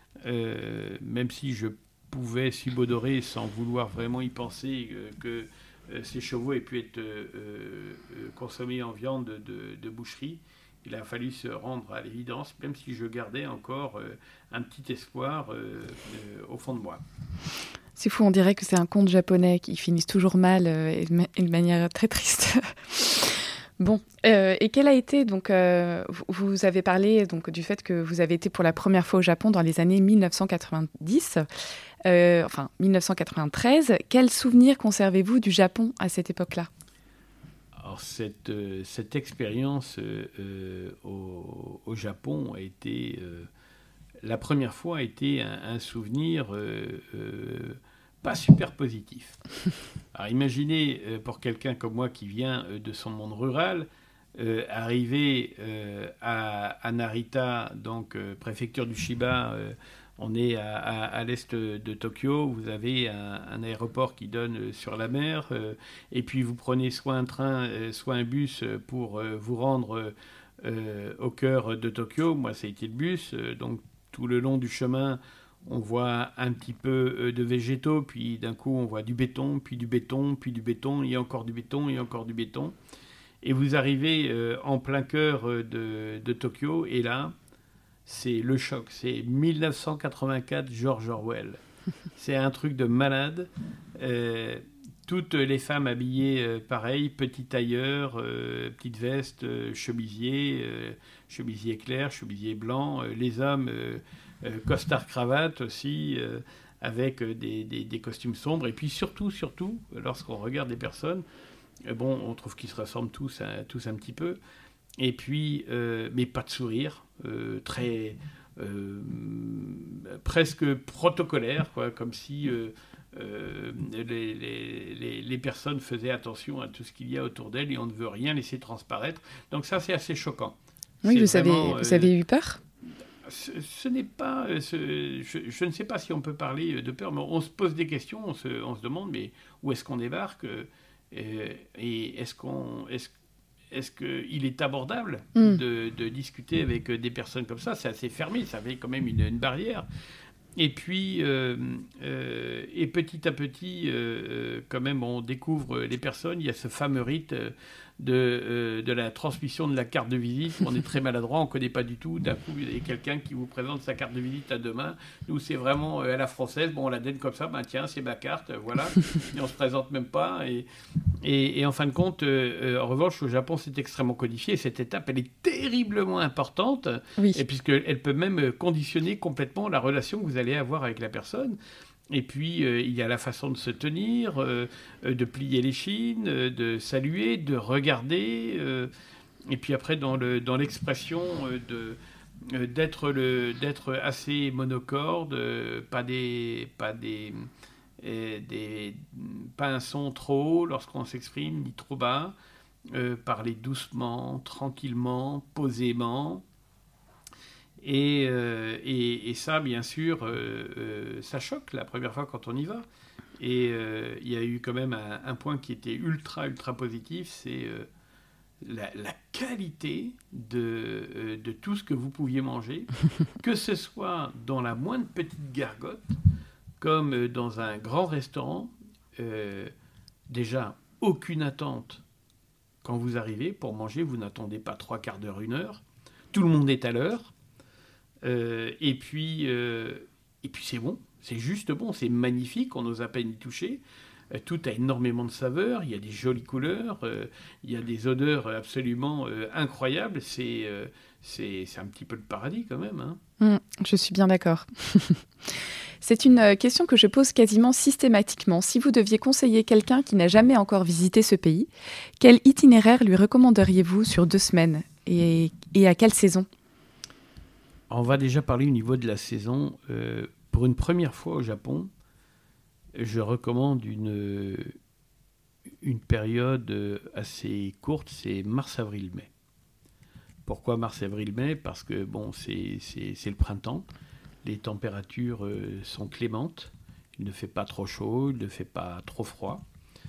S2: Euh, même si je pouvais subodorer sans vouloir vraiment y penser euh, que euh, ces chevaux aient pu être euh, euh, consommés en viande de, de boucherie. Il a fallu se rendre à l'évidence, même si je gardais encore euh, un petit espoir euh, euh, au fond de moi.
S1: C'est fou, on dirait que c'est un conte japonais qui finissent toujours mal euh, et de, ma- et de manière très triste. Bon, euh, et quel a été, donc, euh, vous, vous avez parlé donc, du fait que vous avez été pour la première fois au Japon dans les années dix-neuf cent quatre-vingt-dix, euh, enfin dix-neuf cent quatre-vingt-treize. Quel souvenir conservez-vous du Japon à cette époque-là ?
S2: Alors cette, euh, cette expérience euh, au, au Japon a été, euh, la première fois a été un, un souvenir euh, euh, pas super positif. Alors imaginez euh, pour quelqu'un comme moi qui vient euh, de son monde rural, euh, arriver euh, à, à Narita, donc euh, préfecture du Chiba, euh, on est à, à, à l'est de Tokyo, vous avez un, un aéroport qui donne sur la mer, euh, et puis vous prenez soit un train, euh, soit un bus pour euh, vous rendre euh, au cœur de Tokyo. Moi, ça a été le bus, euh, donc tout le long du chemin, on voit un petit peu de végétaux, puis d'un coup, on voit du béton, puis du béton, puis du béton, et encore du béton, et encore du béton. Et vous arrivez euh, en plein cœur de, de Tokyo, et là, c'est le choc. C'est dix-neuf cent quatre-vingt-quatre, George Orwell. C'est un truc de malade. Euh, toutes les femmes habillées euh, pareil, petit tailleur, euh, petite veste, euh, chemisier, euh, chemisier clair, chemisier blanc. Euh, les hommes, euh, euh, costard cravate aussi, euh, avec des, des, des costumes sombres. Et puis surtout, surtout, lorsqu'on regarde des personnes, euh, bon, on trouve qu'ils se ressemblent tous, à, tous un petit peu. Et puis, euh, mais pas de sourire, euh, très euh, presque protocolaire, quoi, comme si euh, euh, les, les, les personnes faisaient attention à tout ce qu'il y a autour d'elles et on ne veut rien laisser transparaître. Donc ça, c'est assez choquant.
S1: Oui,
S2: c'est
S1: vous,
S2: vraiment,
S1: avez, vous avez eu peur ?
S2: ce, ce n'est pas... Ce, je, je ne sais pas si on peut parler de peur, mais on se pose des questions, on se, on se demande, mais où est-ce qu'on débarque et, et est-ce qu'on... Est-ce, Est-ce qu'il est abordable mmh. de, de discuter avec des personnes comme ça ? C'est assez fermé, ça avait quand même une, une barrière. Et puis, euh, euh, et petit à petit, euh, quand même, on découvre les personnes. Il y a ce fameux rite de, euh, de la transmission de la carte de visite. On est très maladroit, on ne connaît pas du tout. D'un coup, il y a quelqu'un qui vous présente sa carte de visite à deux mains. Nous, c'est vraiment à la française. Bon, on la donne comme ça. Ben, tiens, c'est ma carte, voilà. Et on ne se présente même pas. Et, et, et en fin de compte, euh, en revanche, au Japon, c'est extrêmement codifié. Cette étape, elle est terriblement importante.
S1: Oui.
S2: Et puisqu'elle peut même conditionner complètement la relation que vous allez avoir avec la personne. Et puis, euh, il y a la façon de se tenir, euh, de plier les chines, euh, de saluer, de regarder. Euh, et puis après, dans, le, dans l'expression euh, de, euh, d'être, le, d'être assez monocorde, euh, pas, des, pas, des, euh, des, pas un son trop haut lorsqu'on s'exprime, ni trop bas. Euh, parler doucement, tranquillement, posément. Et, euh, et, et ça, bien sûr, euh, euh, ça choque la première fois quand on y va. Et euh, il y a eu quand même un, un point qui était ultra, ultra positif, c'est euh, la, la qualité de, euh, de tout ce que vous pouviez manger, que ce soit dans la moindre petite gargote, comme dans un grand restaurant. Euh, déjà, aucune attente quand vous arrivez pour manger, vous n'attendez pas trois quarts d'heure, une heure. Tout le monde est à l'heure. Euh, et puis, euh, et puis c'est bon, c'est juste bon, c'est magnifique, on n'ose à peine y toucher. Euh, tout a énormément de saveurs, il y a des jolies couleurs, euh, il y a des odeurs absolument euh, incroyables. C'est, euh, c'est, c'est un petit peu le paradis quand même. Hein.
S1: Mmh, je suis bien d'accord. C'est une question que je pose quasiment systématiquement. Si vous deviez conseiller quelqu'un qui n'a jamais encore visité ce pays, quel itinéraire lui recommanderiez-vous sur deux semaines et, et à quelle saison ?
S2: On va déjà parler au niveau de la saison. Euh, pour une première fois au Japon, je recommande une, une période assez courte, c'est mars-avril-mai. Pourquoi mars-avril-mai ? Parce que bon, c'est, c'est, c'est le printemps, les températures euh, sont clémentes, il ne fait pas trop chaud, il ne fait pas trop froid.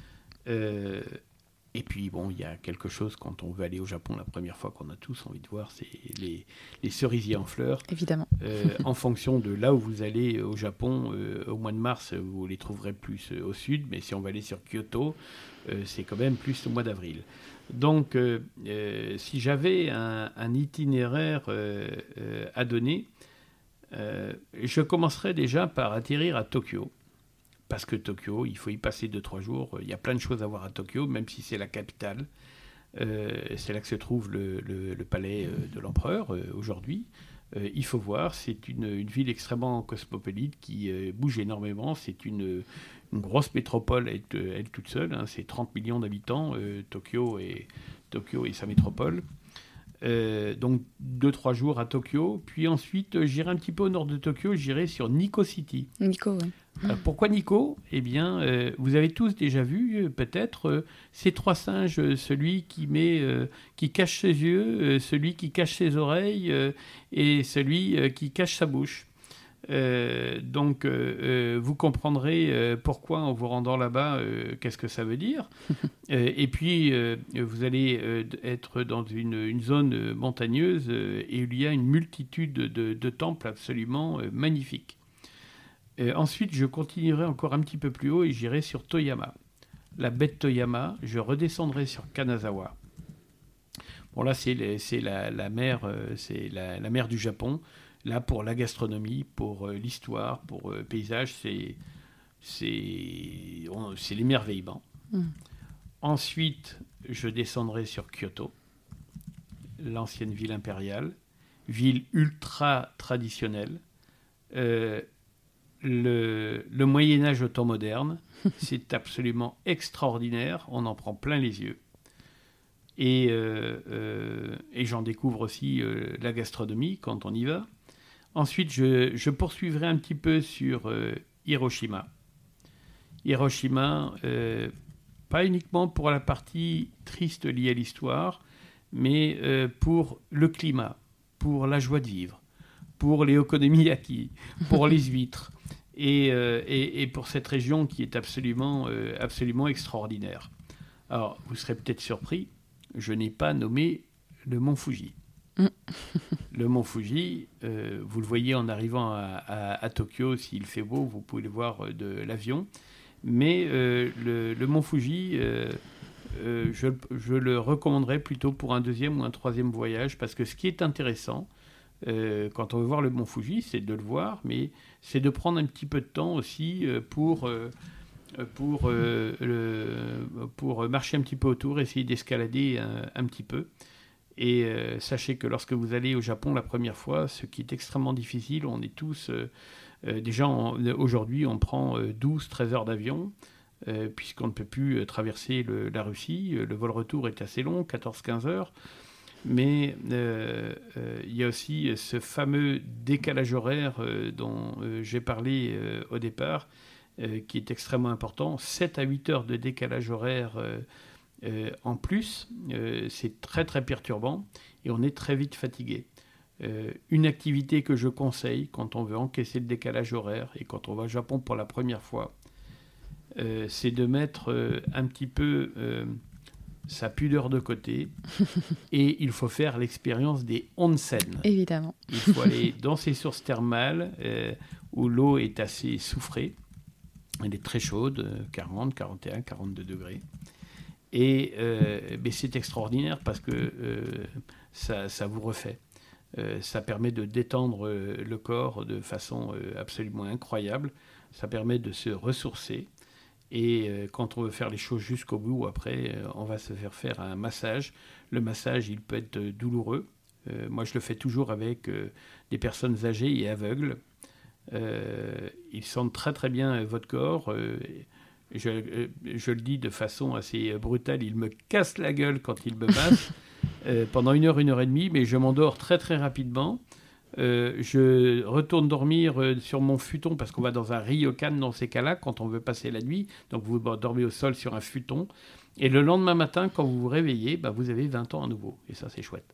S2: Euh, Et puis, bon, il y a quelque chose quand on veut aller au Japon, la première fois qu'on a tous envie de voir, c'est les, les cerisiers en fleurs.
S1: Évidemment.
S2: Euh, en fonction de là où vous allez au Japon, euh, au mois de mars, vous les trouverez plus euh, au sud, mais si on va aller sur Kyoto, euh, c'est quand même plus au mois d'avril. Donc, euh, euh, si j'avais un, un itinéraire euh, euh, à donner, euh, je commencerais déjà par atterrir à Tokyo. Parce que Tokyo, il faut y passer deux trois jours. Il y a plein de choses à voir à Tokyo, même si c'est la capitale. Euh, c'est là que se trouve le, le, le palais de l'empereur euh, aujourd'hui. Euh, il faut voir, c'est une, une ville extrêmement cosmopolite qui euh, bouge énormément. C'est une, une grosse métropole, elle, elle toute seule. Hein, c'est trente millions d'habitants, euh, Tokyo, et, Tokyo et sa métropole. Euh, donc deux trois jours à Tokyo. Puis ensuite, j'irai un petit peu au nord de Tokyo, j'irai sur Nikko City.
S1: Nikko, oui.
S2: Euh, pourquoi Nikko ? Eh bien, euh, vous avez tous déjà vu, euh, peut-être, euh, ces trois singes, euh, celui qui, met, euh, qui cache ses yeux, euh, celui qui cache ses oreilles euh, et celui euh, qui cache sa bouche. Euh, donc, euh, euh, vous comprendrez euh, pourquoi, en vous rendant là-bas, euh, qu'est-ce que ça veut dire. euh, et puis, euh, vous allez euh, être dans une, une zone montagneuse euh, et il y a une multitude de, de temples absolument euh, magnifiques. Euh, ensuite, je continuerai encore un petit peu plus haut et j'irai sur Toyama. La baie de Toyama, je redescendrai sur Kanazawa. Bon, là, c'est, les, c'est la, la, mer, euh, c'est la, la mer du Japon. Là, pour la gastronomie, pour euh, l'histoire, pour le euh, paysage, c'est, c'est, on, c'est l'émerveillement. Mmh. Ensuite, je descendrai sur Kyoto, l'ancienne ville impériale, ville ultra traditionnelle. Euh, Le, le Moyen-Âge au temps moderne, c'est absolument extraordinaire, on en prend plein les yeux. Et, euh, euh, et j'en découvre aussi euh, la gastronomie quand on y va. Ensuite, je, je poursuivrai un petit peu sur euh, Hiroshima. Hiroshima, euh, pas uniquement pour la partie triste liée à l'histoire, mais euh, pour le climat, pour la joie de vivre, pour les okonomiyaki, pour les huîtres. Et, euh, et, et pour cette région qui est absolument, euh, absolument extraordinaire. Alors, vous serez peut-être surpris, je n'ai pas nommé le mont Fuji. Mm. Le mont Fuji, euh, vous le voyez en arrivant à, à, à Tokyo, s'il fait beau, vous pouvez le voir de l'avion. Mais euh, le, le mont Fuji, euh, euh, je, je le recommanderais plutôt pour un deuxième ou un troisième voyage, parce que ce qui est intéressant, Euh, quand on veut voir le mont Fuji, c'est de le voir, mais c'est de prendre un petit peu de temps aussi euh, pour, euh, pour, euh, le, pour marcher un petit peu autour, essayer d'escalader un, un petit peu. Et euh, sachez que lorsque vous allez au Japon la première fois, ce qui est extrêmement difficile, on est tous euh, Euh, déjà, on, aujourd'hui, on prend euh, douze treize heures d'avion, euh, puisqu'on ne peut plus euh, traverser le, la Russie. Le vol retour est assez long, quatorze quinze heures. Mais euh, euh, il y a aussi ce fameux décalage horaire euh, dont euh, j'ai parlé euh, au départ, euh, qui est extrêmement important. sept à huit heures de décalage horaire euh, euh, en plus, euh, c'est très très perturbant et on est très vite fatigué. Euh, une activité que je conseille quand on veut encaisser le décalage horaire et quand on va au Japon pour la première fois, euh, c'est de mettre euh, un petit peu... Euh, sa pudeur de côté, et il faut faire l'expérience des onsen.
S1: Évidemment.
S2: Il faut aller dans ces sources thermales euh, où l'eau est assez soufrée. Elle est très chaude, quarante, quarante et un, quarante-deux degrés. Et euh, mais c'est extraordinaire parce que euh, ça, ça vous refait. Euh, ça permet de détendre euh, le corps de façon euh, absolument incroyable. Ça permet de se ressourcer. Et euh, quand on veut faire les choses jusqu'au bout, après, euh, on va se faire faire un massage. Le massage, il peut être douloureux. Euh, moi, je le fais toujours avec euh, des personnes âgées et aveugles. Euh, ils sentent très très bien votre corps. Euh, je, euh, je le dis de façon assez brutale, ils me cassent la gueule quand ils me massent euh, pendant une heure, une heure et demie, mais je m'endors très très rapidement. Euh, je retourne dormir euh, sur mon futon parce qu'on va dans un ryokan dans ces cas-là quand on veut passer la nuit. Donc vous dormez au sol sur un futon. Et le lendemain matin, quand vous vous réveillez, bah, vous avez vingt ans à nouveau. Et ça, c'est chouette.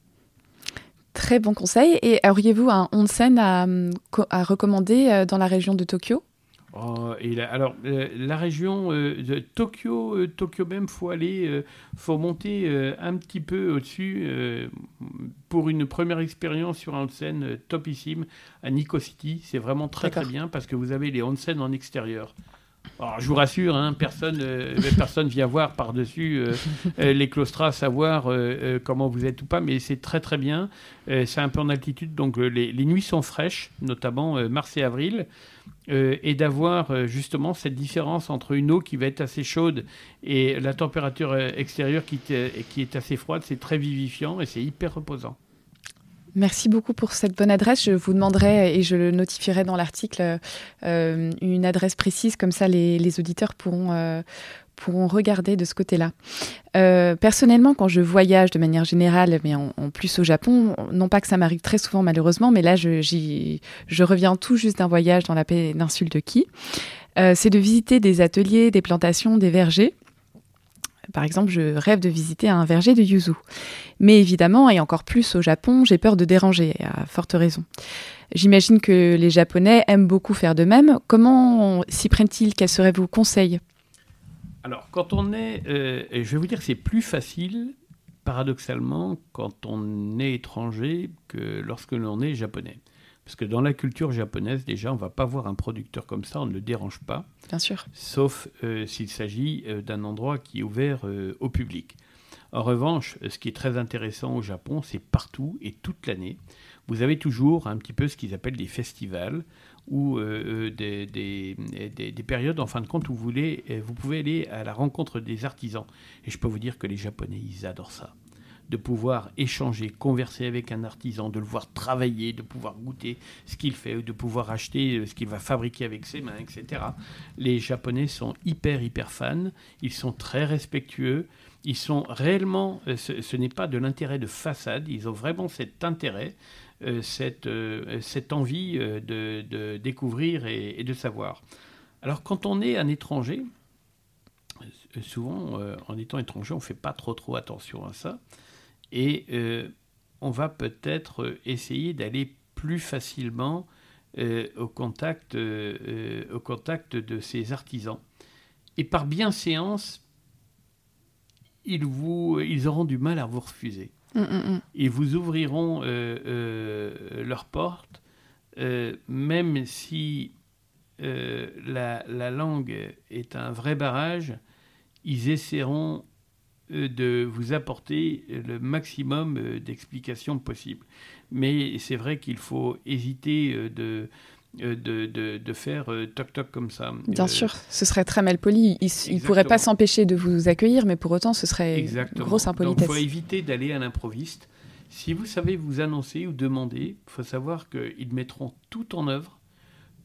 S1: Très bon conseil. Et auriez-vous un onsen à, à recommander dans la région de Tokyo ?
S2: Oh, et la, alors, euh, la région euh, de Tokyo, euh, Tokyo même, il faut aller, il euh, faut monter euh, un petit peu au-dessus euh, pour une première expérience sur un onsen euh, topissime à Nikko City. C'est vraiment très D'accord. très bien parce que vous avez les onsen en extérieur. Alors, je vous rassure, hein, personne euh, personne vient voir par-dessus euh, euh, les claustras, savoir euh, euh, comment vous êtes ou pas, mais c'est très très bien. Euh, c'est un peu en altitude, donc euh, les, les nuits sont fraîches, notamment euh, mars et avril. Euh, et d'avoir euh, justement cette différence entre une eau qui va être assez chaude et la température euh, extérieure qui, qui est assez froide, c'est très vivifiant et c'est hyper reposant.
S1: Merci beaucoup pour cette bonne adresse. Je vous demanderai, et je le notifierai dans l'article, euh, une adresse précise, comme ça les, les auditeurs pourront, euh, pourront regarder de ce côté-là. Euh, personnellement, quand je voyage de manière générale, mais en, en plus au Japon, non pas que ça m'arrive très souvent malheureusement, mais là je, j'y, je reviens tout juste d'un voyage dans la péninsule de Ki, euh, c'est de visiter des ateliers, des plantations, des vergers. Par exemple, je rêve de visiter un verger de yuzu. Mais évidemment, et encore plus au Japon, j'ai peur de déranger, à forte raison. J'imagine que les Japonais aiment beaucoup faire de même. Comment s'y prennent-ils ? Quels seraient vos conseils ?
S2: Alors, quand on est... Euh, je vais vous dire que c'est plus facile, paradoxalement, quand on est étranger que lorsque l'on est japonais. Parce que dans la culture japonaise, déjà, on ne va pas voir un producteur comme ça, on ne le dérange pas.
S1: Bien sûr.
S2: Sauf euh, s'il s'agit euh, d'un endroit qui est ouvert euh, au public. En revanche, ce qui est très intéressant au Japon, c'est partout et toute l'année, vous avez toujours un petit peu ce qu'ils appellent des festivals ou euh, des, des, des, des périodes, en fin de compte, où vous, voulez, vous pouvez aller à la rencontre des artisans. Et je peux vous dire que les Japonais, ils adorent ça. De pouvoir échanger, converser avec un artisan, de le voir travailler, de pouvoir goûter ce qu'il fait, de pouvoir acheter ce qu'il va fabriquer avec ses mains, et cetera. Les Japonais sont hyper, hyper fans. Ils sont très respectueux. Ils sont réellement... Ce, ce n'est pas de l'intérêt de façade. Ils ont vraiment cet intérêt, euh, cette, euh, cette envie euh, de, de découvrir et, et de savoir. Alors, quand on est un étranger, souvent, euh, en étant étranger, on ne fait pas trop, trop attention à ça. Et euh, on va peut-être essayer d'aller plus facilement euh, au, contact, euh, au contact de ces artisans. Et par bienséance, ils, vous, ils auront du mal à vous refuser. Mmh, mmh. Ils vous ouvriront euh, euh, leurs portes, euh, même si euh, la, la langue est un vrai barrage, ils essaieront de vous apporter le maximum d'explications possibles. Mais c'est vrai qu'il faut éviter de, de, de, de faire toc-toc comme ça.
S1: Bien euh, sûr, ce serait très mal poli. Ils ne pourraient pas s'empêcher de vous accueillir, mais pour autant, ce serait exactement. Une grosse impolitesse.
S2: Donc, il faut éviter d'aller à l'improviste. Si vous savez vous annoncer ou demander, il faut savoir qu'ils mettront tout en œuvre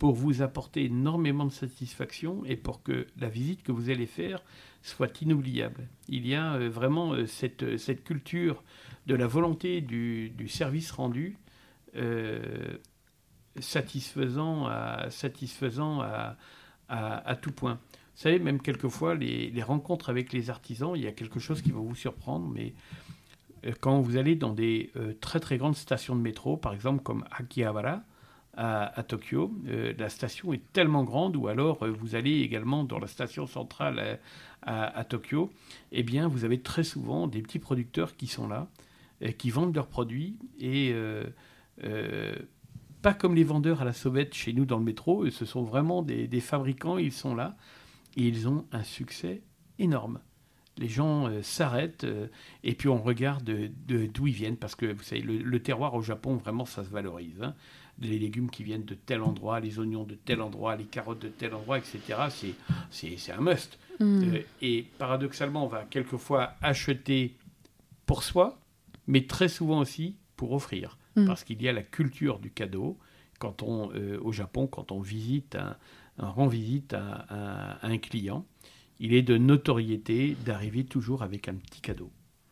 S2: pour vous apporter énormément de satisfaction et pour que la visite que vous allez faire soit inoubliable. Il y a euh, vraiment euh, cette, cette culture de la volonté du, du service rendu euh, satisfaisant, à, satisfaisant à, à, à tout point. Vous savez, même quelquefois, les, les rencontres avec les artisans, il y a quelque chose qui va vous surprendre, mais euh, quand vous allez dans des euh, très très grandes stations de métro, par exemple comme Akihabara, À, à Tokyo, euh, la station est tellement grande, ou alors euh, vous allez également dans la station centrale à, à, à Tokyo, eh bien vous avez très souvent des petits producteurs qui sont là, euh, qui vendent leurs produits, et euh, euh, pas comme les vendeurs à la sauvette chez nous dans le métro, ce sont vraiment des, des fabricants, ils sont là, et ils ont un succès énorme. Les gens euh, s'arrêtent euh, et puis on regarde de, de, d'où ils viennent, parce que vous savez, le, le terroir au Japon, vraiment, ça se valorise. Hein. Les légumes qui viennent de tel endroit, les oignons de tel endroit, les carottes de tel endroit, et cetera. C'est, c'est, c'est un must. Mmh. Euh, et paradoxalement, on va quelquefois acheter pour soi, mais très souvent aussi pour offrir. Mmh. Parce qu'il y a la culture du cadeau. Quand on, euh, au Japon, quand on visite un, on rend visite à, à, à un client, il est de notoriété d'arriver toujours avec un petit cadeau.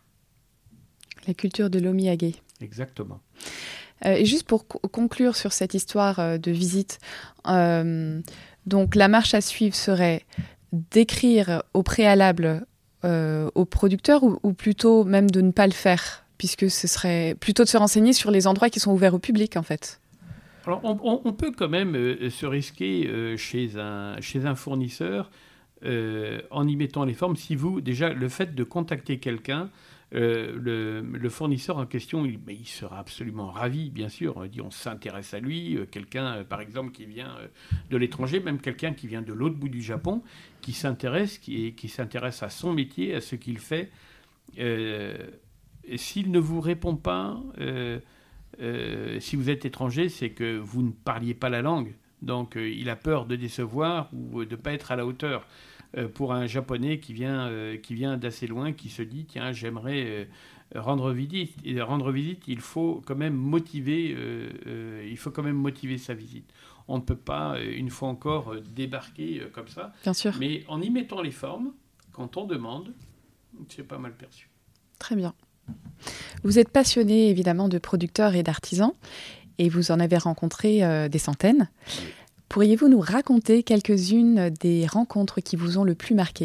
S1: La culture de l'omiyage.
S2: Exactement.
S1: Euh, et juste pour co- conclure sur cette histoire euh, de visite, euh, donc la marche à suivre serait d'écrire au préalable euh, au producteur ou, ou plutôt même de ne pas le faire, puisque ce serait plutôt de se renseigner sur les endroits qui sont ouverts au public en fait.
S2: Alors on, on, on peut quand même euh, se risquer euh, chez, un, chez un fournisseur euh, en y mettant les formes. Si vous, déjà, le fait de contacter quelqu'un, Euh, le, le fournisseur en question, il, il sera absolument ravi, bien sûr. On dit on s'intéresse à lui, euh, quelqu'un, euh, par exemple, qui vient euh, de l'étranger, même quelqu'un qui vient de l'autre bout du Japon, qui s'intéresse, qui, qui s'intéresse à son métier, à ce qu'il fait. Euh, et s'il ne vous répond pas, euh, euh, si vous êtes étranger, c'est que vous ne parliez pas la langue. Donc, euh, il a peur de décevoir ou de ne pas être à la hauteur. Euh, pour un Japonais qui vient, euh, qui vient d'assez loin, qui se dit, tiens, j'aimerais euh, rendre visite. Et rendre visite, il faut quand même motiver, euh, euh, il faut quand même motiver sa visite. On ne peut pas, euh, une fois encore, euh, débarquer euh, comme ça.
S1: Bien sûr.
S2: Mais en y mettant les formes, quand on demande, c'est pas mal perçu.
S1: Très bien. Vous êtes passionné, évidemment, de producteurs et d'artisans, et vous en avez rencontré euh, des centaines. Oui. Pourriez-vous nous raconter quelques-unes des rencontres qui vous ont le plus marqué ?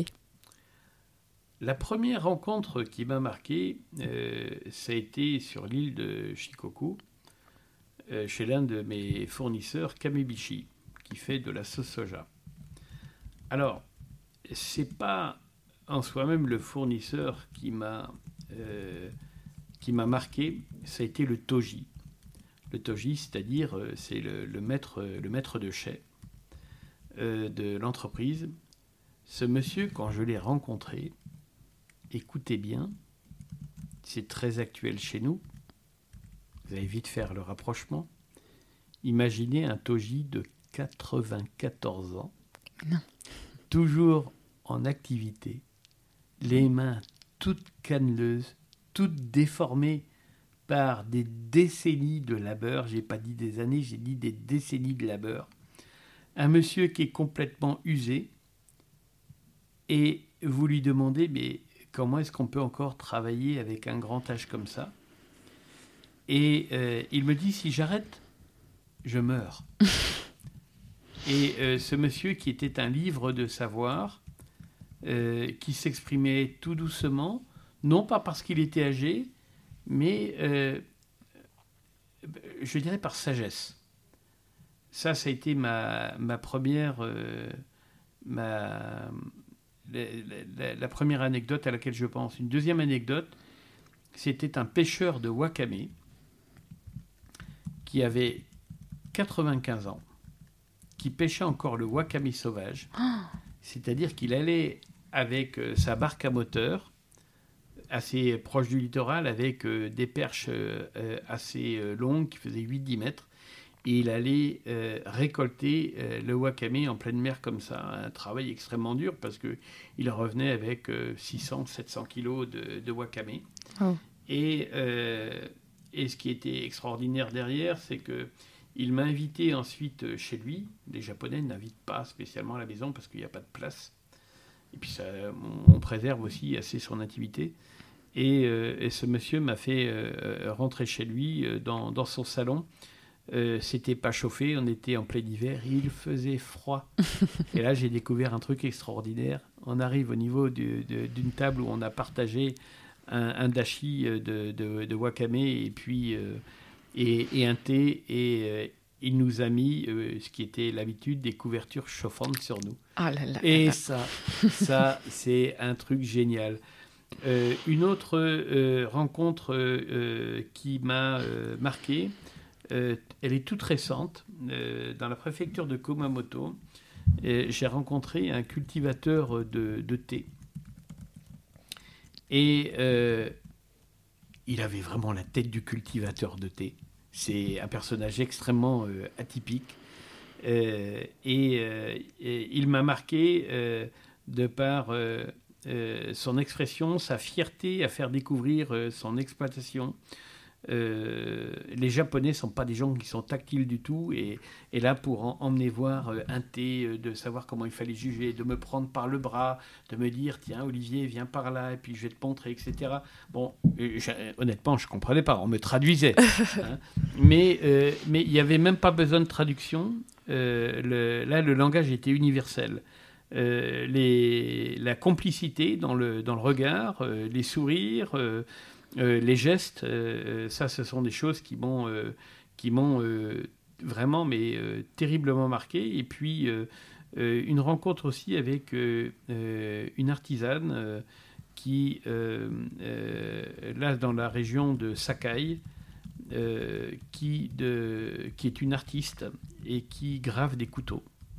S2: La première rencontre qui m'a marqué, euh, ça a été sur l'île de Shikoku, euh, chez l'un de mes fournisseurs, Kamebishi, qui fait de la sauce soja. Alors, c'est pas en soi-même le fournisseur qui m'a, euh, qui m'a marqué, ça a été le toji. Le toji, c'est-à-dire, euh, c'est le, le, maître, le maître de chai euh, de l'entreprise. Ce monsieur, quand je l'ai rencontré, écoutez bien, c'est très actuel chez nous. Vous allez vite faire le rapprochement. Imaginez un toji de quatre-vingt-quatorze ans,
S1: non.
S2: toujours en activité, les mains toutes canneleuses, toutes déformées par des décennies de labeur. Je n'ai pas dit des années, j'ai dit des décennies de labeur. Un monsieur qui est complètement usé, et vous lui demandez, mais comment est-ce qu'on peut encore travailler avec un grand âge comme ça ? Et euh, il me dit, si j'arrête, je meurs. Et euh, ce monsieur qui était un livre de savoir, euh, qui s'exprimait tout doucement, non pas parce qu'il était âgé, mais euh, je dirais par sagesse. Ça, ça a été ma, ma première... Euh, ma, la, la, la première anecdote à laquelle je pense. Une deuxième anecdote, c'était un pêcheur de wakame qui avait quatre-vingt-quinze ans, qui pêchait encore le wakame sauvage, oh. C'est-à-dire qu'il allait avec euh, sa barque à moteur, assez proche du littoral, avec euh, des perches euh, assez euh, longues, qui faisaient huit à dix mètres, et il allait euh, récolter euh, le wakame en pleine mer comme ça. Un travail extrêmement dur, parce qu'il revenait avec euh, six cents à sept cents kilos de, de wakame. Oh. Et, euh, et ce qui était extraordinaire derrière, c'est que Il m'a invité ensuite chez lui. Les Japonais n'invitent pas spécialement à la maison parce qu'il n'y a pas de place. Et puis ça, on, on préserve aussi assez son intimité. Et, euh, et ce monsieur m'a fait euh, rentrer chez lui euh, dans, dans son salon. Euh, c'était pas chauffé, on était en plein hiver, il faisait froid. Et là, j'ai découvert un truc extraordinaire. On arrive au niveau de, de, d'une table où on a partagé un, un dashi de, de, de wakame et puis euh, et, et un thé. Et euh, il nous a mis, euh, ce qui était l'habitude, des couvertures chauffantes sur nous.
S1: Oh là là
S2: et
S1: là.
S2: ça, ça, c'est un truc génial. Euh, une autre euh, rencontre euh, qui m'a euh, marqué, euh, elle est toute récente. Euh, dans la préfecture de Kumamoto, euh, j'ai rencontré un cultivateur de, de thé. Et euh, il avait vraiment la tête du cultivateur de thé. C'est un personnage extrêmement euh, atypique. Euh, et, euh, et il m'a marqué euh, de par... Euh, Euh, son expression, sa fierté à faire découvrir euh, son exploitation. Euh, les Japonais ne sont pas des gens qui sont tactiles du tout. Et, et là, pour en, emmener voir euh, un thé, euh, de savoir comment il fallait juger, de me prendre par le bras, de me dire, tiens, Olivier, viens par là, et puis je vais te montrer, et cetera. Bon, euh, honnêtement, je ne comprenais pas. On me traduisait. Hein. Mais euh, mais il n'y avait même pas besoin de traduction. Euh, le, là, le langage était universel. Euh, les, la complicité dans le, dans le regard, euh, les sourires, euh, euh, les gestes, euh, ça, ce sont des choses qui m'ont, euh, qui m'ont euh, vraiment, mais euh, terriblement marqué. Et puis, euh, euh, une rencontre aussi avec euh, euh, une artisane euh, qui, euh, euh, là, dans la région de Sakai, euh, qui, de, qui est une artiste et qui grave des couteaux.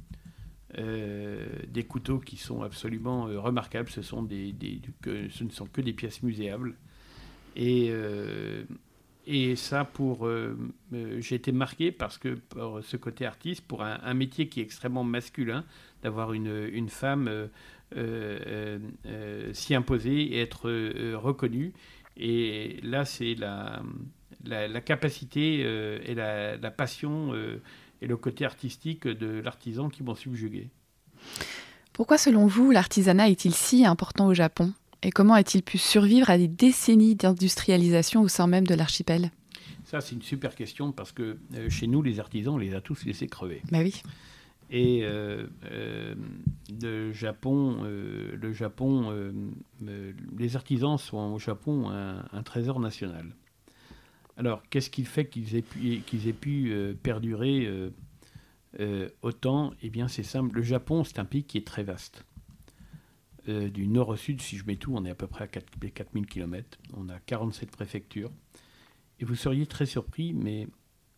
S2: Euh, des couteaux qui sont absolument euh, remarquables. Ce, sont des, des, que, ce ne sont que des pièces muséables. Et, euh, et ça, pour, euh, euh, j'ai été marqué parce que pour ce côté artiste, pour un, un métier qui est extrêmement masculin, d'avoir une, une femme euh, euh, euh, s'y imposer et être euh, reconnue. Et là, c'est la, la, la capacité euh, et la, la passion euh, et le côté artistique de l'artisan qui m'ont subjugué.
S1: Pourquoi, selon vous, l'artisanat est-il si important au Japon ? Et comment a-t-il pu survivre à des décennies d'industrialisation au sein même de l'archipel ?
S2: Ça, c'est une super question parce que euh, chez nous, les artisans, on les a tous laissés crever.
S1: Bah oui.
S2: Et euh, euh, le Japon, euh, le Japon euh, euh, les artisans sont au Japon un, un trésor national. Alors, qu'est-ce qui fait qu'ils aient pu, qu'ils aient pu euh, perdurer euh, euh, autant ? Eh bien, c'est simple. Le Japon, c'est un pays qui est très vaste. Euh, du nord au sud, si je mets tout, on est à peu près à quatre mille kilomètres. On a quarante-sept préfectures. Et vous seriez très surpris, mais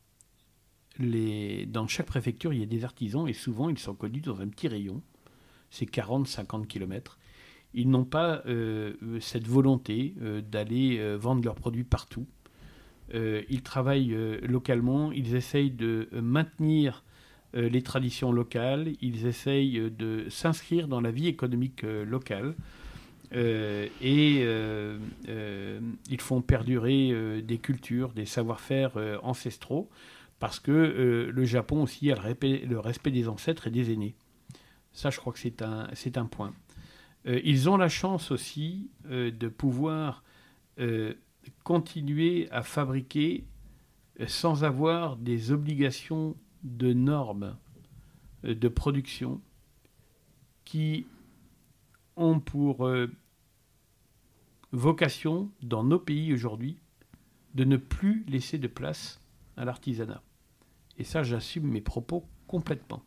S2: les... dans chaque préfecture, il y a des artisans, et souvent, ils sont connus dans un petit rayon. C'est quarante à cinquante kilomètres. Ils n'ont pas euh, cette volonté euh, d'aller euh, vendre leurs produits partout. Euh, ils travaillent euh, localement, ils essayent de euh, maintenir euh, les traditions locales, ils essayent euh, de s'inscrire dans la vie économique euh, locale euh, et euh, euh, ils font perdurer euh, des cultures, des savoir-faire euh, ancestraux parce que euh, le Japon aussi a le respect, le respect des ancêtres et des aînés. Ça, je crois que c'est un, c'est un point. Euh, ils ont la chance aussi euh, de pouvoir euh, continuer à fabriquer sans avoir des obligations de normes de production qui ont pour euh, vocation, dans nos pays aujourd'hui, de ne plus laisser de place à l'artisanat. Et ça, j'assume mes propos complètement.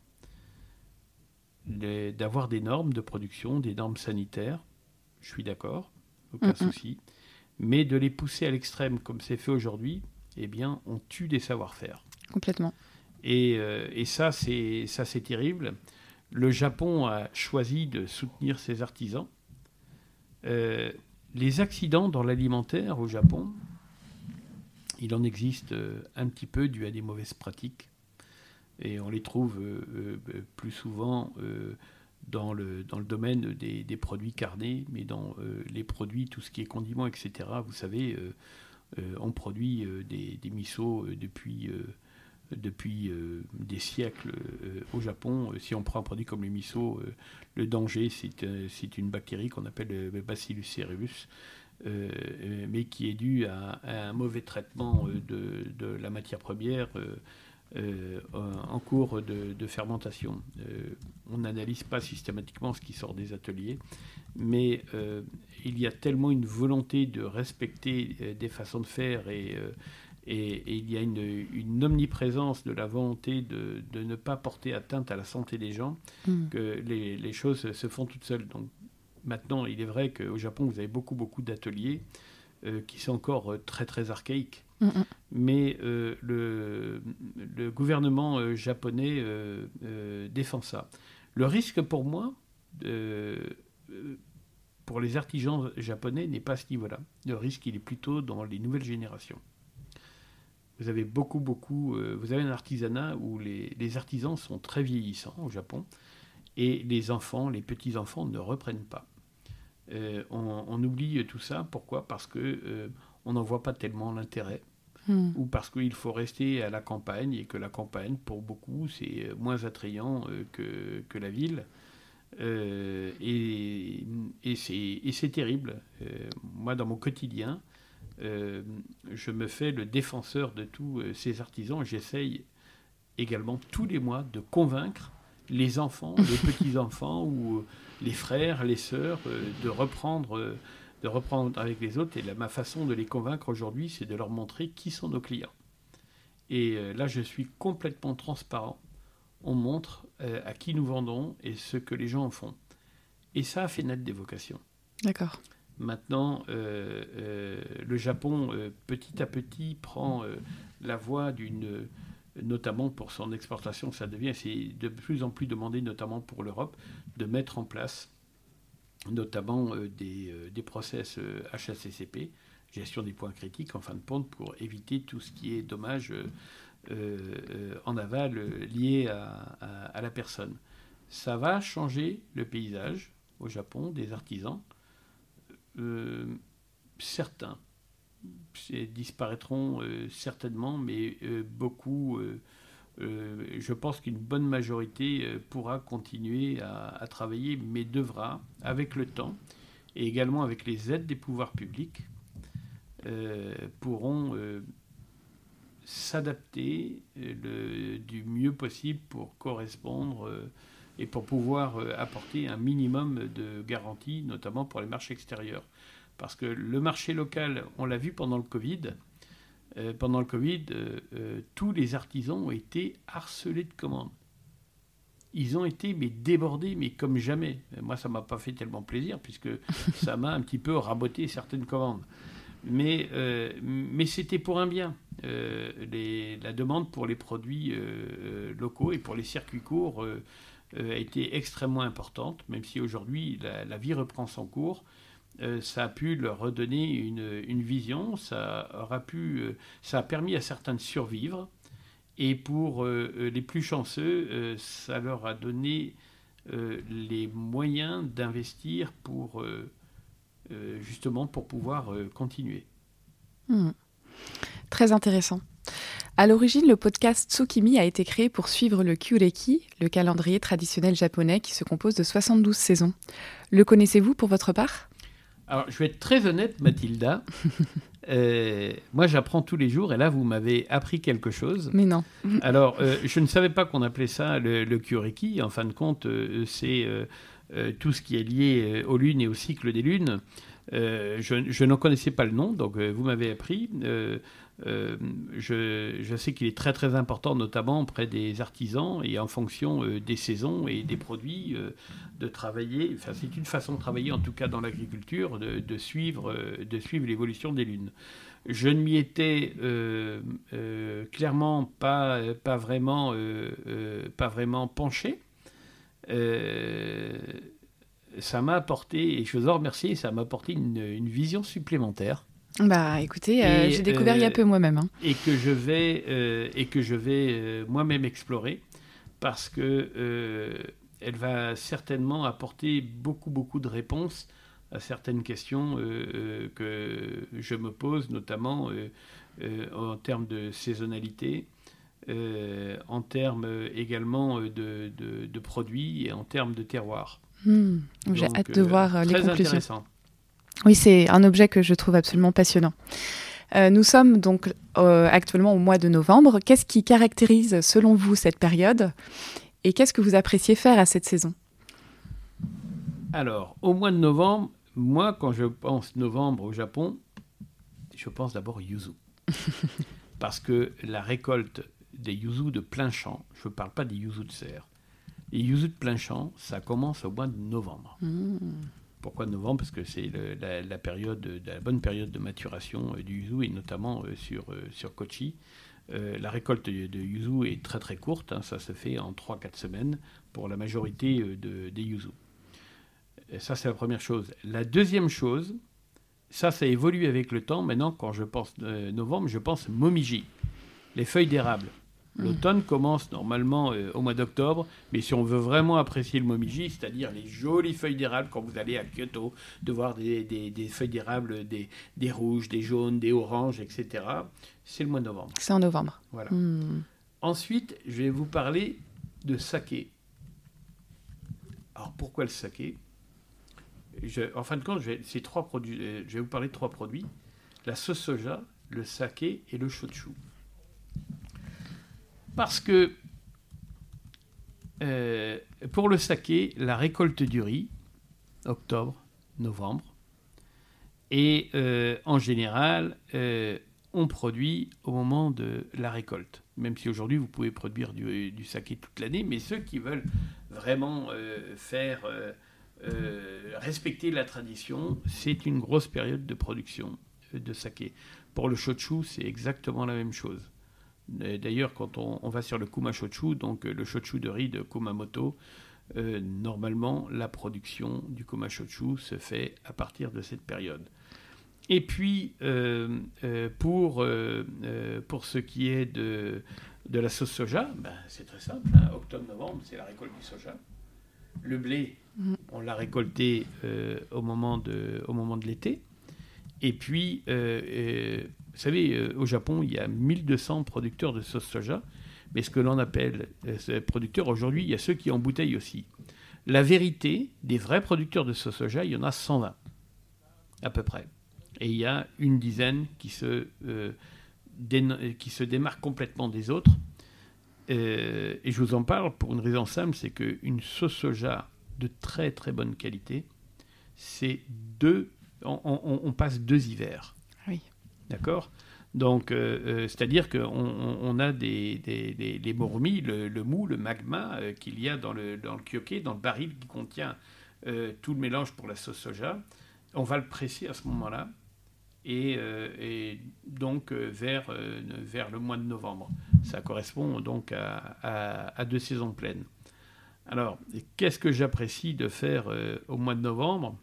S2: Les, d'avoir des normes de production, des normes sanitaires, je suis d'accord, aucun mmh, souci. Mais de les pousser à l'extrême comme c'est fait aujourd'hui, eh bien, on tue des savoir-faire.
S1: Complètement.
S2: Et, euh, et ça, c'est, ça, c'est terrible. Le Japon a choisi de soutenir ses artisans. Euh, les accidents dans l'alimentaire au Japon, il en existe un petit peu dû à des mauvaises pratiques. Et on les trouve euh, euh, plus souvent euh, dans, le, dans le domaine des, des produits carnés, mais dans euh, les produits, tout ce qui est condiments, et cetera. Vous savez, euh, euh, on produit euh, des, des misos euh, depuis, euh, depuis euh, des siècles euh, au Japon. Si on prend un produit comme le miso, euh, le danger, c'est, euh, c'est une bactérie qu'on appelle le Bacillus cereus, euh, mais qui est due à, à un mauvais traitement de, de la matière première euh, euh, en cours de, de fermentation. Euh, on n'analyse pas systématiquement ce qui sort des ateliers, mais euh, il y a tellement une volonté de respecter euh, des façons de faire et euh, Et, et il y a une, une omniprésence de la volonté de, de ne pas porter atteinte à la santé des gens, mmh. que les, les choses se font toutes seules. Donc, maintenant, il est vrai qu'au Japon, vous avez beaucoup, beaucoup d'ateliers euh, qui sont encore très, très archaïques. Mmh. Mais euh, le, le gouvernement euh, japonais euh, euh, défend ça. Le risque pour moi, euh, pour les artisans japonais, n'est pas à ce niveau-là. Le risque, il est plutôt dans les nouvelles générations. Vous avez beaucoup, beaucoup... Euh, vous avez un artisanat où les, les artisans sont très vieillissants au Japon et les enfants, les petits-enfants ne reprennent pas. Euh, on, on oublie tout ça. Pourquoi ? Parce qu'on euh, n'en voit pas tellement l'intérêt mmh. ou parce qu'il faut rester à la campagne et que la campagne, pour beaucoup, c'est moins attrayant euh, que, que la ville. Euh, et, et, c'est, et c'est terrible. Euh, moi, dans mon quotidien... Euh, je me fais le défenseur de tous euh, ces artisans. J'essaye également tous les mois de convaincre les enfants, les petits-enfants ou euh, les frères, les sœurs euh, de, reprendre, euh, de reprendre avec les autres. Et là, ma façon de les convaincre aujourd'hui, c'est de leur montrer qui sont nos clients. Et euh, là, je suis complètement transparent. On montre euh, à qui nous vendons et ce que les gens en font. Et ça a fait naître des vocations.
S1: D'accord.
S2: Maintenant, euh, euh, le Japon, euh, petit à petit, prend euh, la voie d'une... notamment pour son exportation, ça devient... C'est de plus en plus demandé, notamment pour l'Europe, de mettre en place notamment euh, des, euh, des process euh, H A C C P, gestion des points critiques, en fin de compte, pour éviter tout ce qui est dommage euh, euh, en aval euh, lié à, à, à la personne. Ça va changer le paysage au Japon des artisans. Euh, certains disparaîtront euh, certainement, mais euh, beaucoup, euh, euh, je pense qu'une bonne majorité euh, pourra continuer à, à travailler, mais devra, avec le temps, et également avec les aides des pouvoirs publics, euh, pourront euh, s'adapter euh, le, du mieux possible pour correspondre euh, et pour pouvoir euh, apporter un minimum de garanties, notamment pour les marchés extérieurs. Parce que le marché local, on l'a vu pendant le Covid, euh, pendant le Covid, euh, euh, tous les artisans ont été harcelés de commandes. Ils ont été mais débordés, mais comme jamais. Moi, ça ne m'a pas fait tellement plaisir, puisque ça m'a un petit peu raboté certaines commandes. Mais, euh, mais c'était pour un bien. Euh, les, la demande pour les produits euh, locaux et pour les circuits courts euh, a été extrêmement importante, même si aujourd'hui la, la vie reprend son cours. Euh, ça a pu leur redonner une, une vision, ça, aura pu, euh, ça a permis à certains de survivre, et pour euh, les plus chanceux, euh, ça leur a donné euh, les moyens d'investir pour, euh, euh, justement pour pouvoir euh, continuer.
S1: Mmh. Très intéressant. À l'origine, le podcast Tsukimi a été créé pour suivre le Kyureki, le calendrier traditionnel japonais qui se compose de soixante-douze saisons. Le connaissez-vous pour votre part ?
S2: Alors, je vais être très honnête, Mathilda. euh, moi, j'apprends tous les jours, et là, vous m'avez appris quelque chose.
S1: Mais non.
S2: Alors, euh, je ne savais pas qu'on appelait ça le, le Kyureki. En fin de compte, euh, c'est euh, euh, tout ce qui est lié aux lunes et au cycle des lunes. Euh, je, je n'en connaissais pas le nom, donc euh, vous m'avez appris. Euh, euh, je, je sais qu'il est très très important, notamment auprès des artisans et en fonction euh, des saisons et des produits, euh, de travailler. Enfin, c'est une façon de travailler, en tout cas dans l'agriculture, de, de suivre, euh, de suivre l'évolution des lunes. Je ne m'y étais euh, euh, clairement pas, pas, vraiment, euh, euh, pas vraiment penché. Euh, ça m'a apporté, et je vous en remercie, ça m'a apporté une, une vision supplémentaire.
S1: Bah écoutez, euh, j'ai découvert euh, il y a peu moi-même. Hein.
S2: Et que je vais, euh, et que je vais euh, moi-même explorer, parce que euh, elle va certainement apporter beaucoup, beaucoup de réponses à certaines questions euh, euh, que je me pose, notamment euh, euh, en termes de saisonnalité, euh, en termes également de, de, de produits et en termes de terroir.
S1: Mmh, j'ai
S2: Donc,
S1: hâte de euh, voir euh, les
S2: très
S1: conclusions.
S2: Intéressant.
S1: Oui, c'est un objet que je trouve absolument passionnant. Euh, nous sommes donc euh, actuellement au mois de novembre. Qu'est-ce qui caractérise, selon vous, cette période et qu'est-ce que vous appréciez faire à cette saison?
S2: Alors, au mois de novembre, moi, quand je pense novembre au Japon, je pense d'abord yuzu. Parce que la récolte des yuzu de plein champ, je ne parle pas des yuzu de serre, les yuzu de plein champ, ça commence au mois de novembre. Mmh. Pourquoi novembre? Parce que c'est le, la, la, période, la bonne période de maturation euh, du yuzu, et notamment euh, sur, euh, sur Kochi. Euh, la récolte de, de yuzu est très très courte, hein, ça se fait en trois à quatre semaines pour la majorité euh, de, des yuzu. Et ça, c'est la première chose. La deuxième chose, ça, ça évolue avec le temps. Maintenant, quand je pense euh, novembre, je pense momiji, les feuilles d'érable. L'automne commence normalement euh, au mois d'octobre, mais si on veut vraiment apprécier le momiji, c'est-à-dire les jolies feuilles d'érable, quand vous allez à Kyoto, de voir des, des, des feuilles d'érable, des, des rouges, des jaunes, des oranges, et cetera, c'est le mois de novembre.
S1: C'est en novembre.
S2: Voilà. Mmh. Ensuite, je vais vous parler de saké. Alors, pourquoi le saké? je, En fin de compte, je vais, ces trois produits, je vais vous parler de trois produits. La sauce soja, le saké et le shochu. Parce que euh, pour le saké, la récolte du riz, octobre, novembre, et euh, en général, euh, on produit au moment de la récolte. Même si aujourd'hui, vous pouvez produire du, du saké toute l'année, mais ceux qui veulent vraiment euh, faire euh, euh, respecter la tradition, c'est une grosse période de production de saké. Pour le shochu, c'est exactement la même chose. D'ailleurs, quand on, on va sur le Kuma-shochu, donc le shochu de riz de Kumamoto, euh, normalement, la production du Kuma-shochu se fait à partir de cette période. Et puis, euh, euh, pour, euh, euh, pour ce qui est de, de la sauce soja, ben, c'est très simple. Hein, octobre-novembre, c'est la récolte du soja. Le blé, mmh. on l'a récolté euh, au moment de, au moment de l'été. Et puis, euh, euh, vous savez, euh, au Japon, il y a mille deux cents producteurs de sauce soja. Mais ce que l'on appelle euh, producteurs, aujourd'hui, il y a ceux qui embouteillent aussi. La vérité, des vrais producteurs de sauce soja, il y en a cent vingt, à peu près. Et il y a une dizaine qui se, euh, dé- qui se démarquent complètement des autres. Euh, et je vous en parle pour une raison simple, c'est qu'une sauce soja de très très bonne qualité, c'est deux... On, on, on passe deux hivers.
S1: Oui.
S2: D'accord? Donc, euh, euh, c'est-à-dire qu'on on, on a des, des, des, les mormis, le, le mou, le magma euh, qu'il y a dans le, dans le kyoke, dans le baril qui contient euh, tout le mélange pour la sauce soja. On va le presser à ce moment-là. Et, euh, et donc, euh, vers, euh, vers le mois de novembre. Ça correspond donc à, à, à deux saisons pleines. Alors, qu'est-ce que j'apprécie de faire euh, au mois de novembre?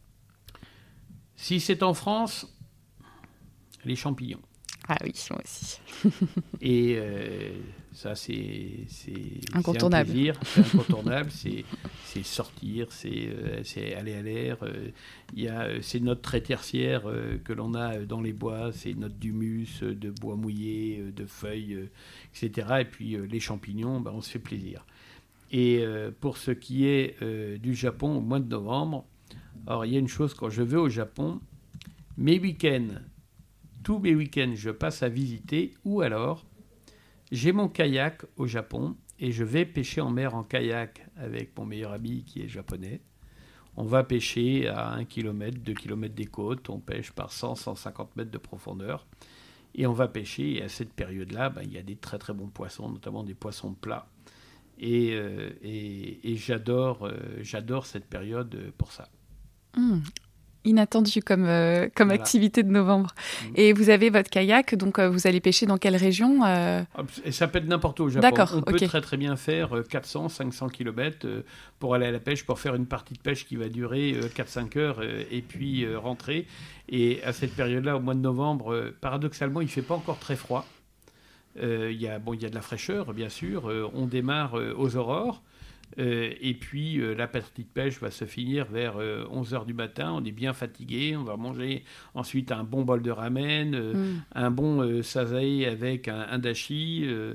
S2: Si c'est en France, les champignons.
S1: Ah oui, moi aussi.
S2: Et euh, ça, c'est, c'est,
S1: incontournable.
S2: C'est un plaisir, c'est incontournable, c'est, c'est sortir, c'est, euh, c'est aller à l'air. Euh, y a, c'est notre trait tertiaire euh, que l'on a dans les bois, c'est notre d'humus, de bois mouillé, euh, de feuilles, euh, et cetera. Et puis euh, les champignons, ben, on se fait plaisir. Et euh, pour ce qui est euh, du Japon, au mois de novembre, alors il y a une chose, quand je vais au Japon, mes week-ends, tous mes week-ends, je passe à visiter, ou alors, j'ai mon kayak au Japon, et je vais pêcher en mer en kayak avec mon meilleur ami qui est japonais. On va pêcher à un kilomètre, deux kilomètres des côtes, on pêche par cent, cent cinquante mètres de profondeur, et on va pêcher, et à cette période-là, ben, il y a des très très bons poissons, notamment des poissons plats, et, euh, et, et j'adore, euh, j'adore cette période pour ça.
S1: Mmh. Inattendu comme, euh, comme
S2: Voilà.
S1: activité de novembre. Mmh. Et vous avez votre kayak, donc euh, vous allez pêcher dans quelle région euh...
S2: Et ça peut être n'importe où au Japon.
S1: D'accord,
S2: on peut
S1: okay.
S2: très très bien faire euh, quatre cents, cinq cents kilomètres euh, pour aller à la pêche, pour faire une partie de pêche qui va durer euh, quatre à cinq heures euh, et puis euh, rentrer. Et à cette période-là, au mois de novembre, euh, paradoxalement, il ne fait pas encore très froid. Euh, y a, bon, y a de la fraîcheur, bien sûr. Euh, on démarre euh, aux aurores. Euh, et puis euh, la partie de pêche va se finir vers euh, onze heures du matin. On est bien fatigué. On va manger ensuite un bon bol de ramen, euh, mm. un bon euh, sazae avec un, un dashi. Euh,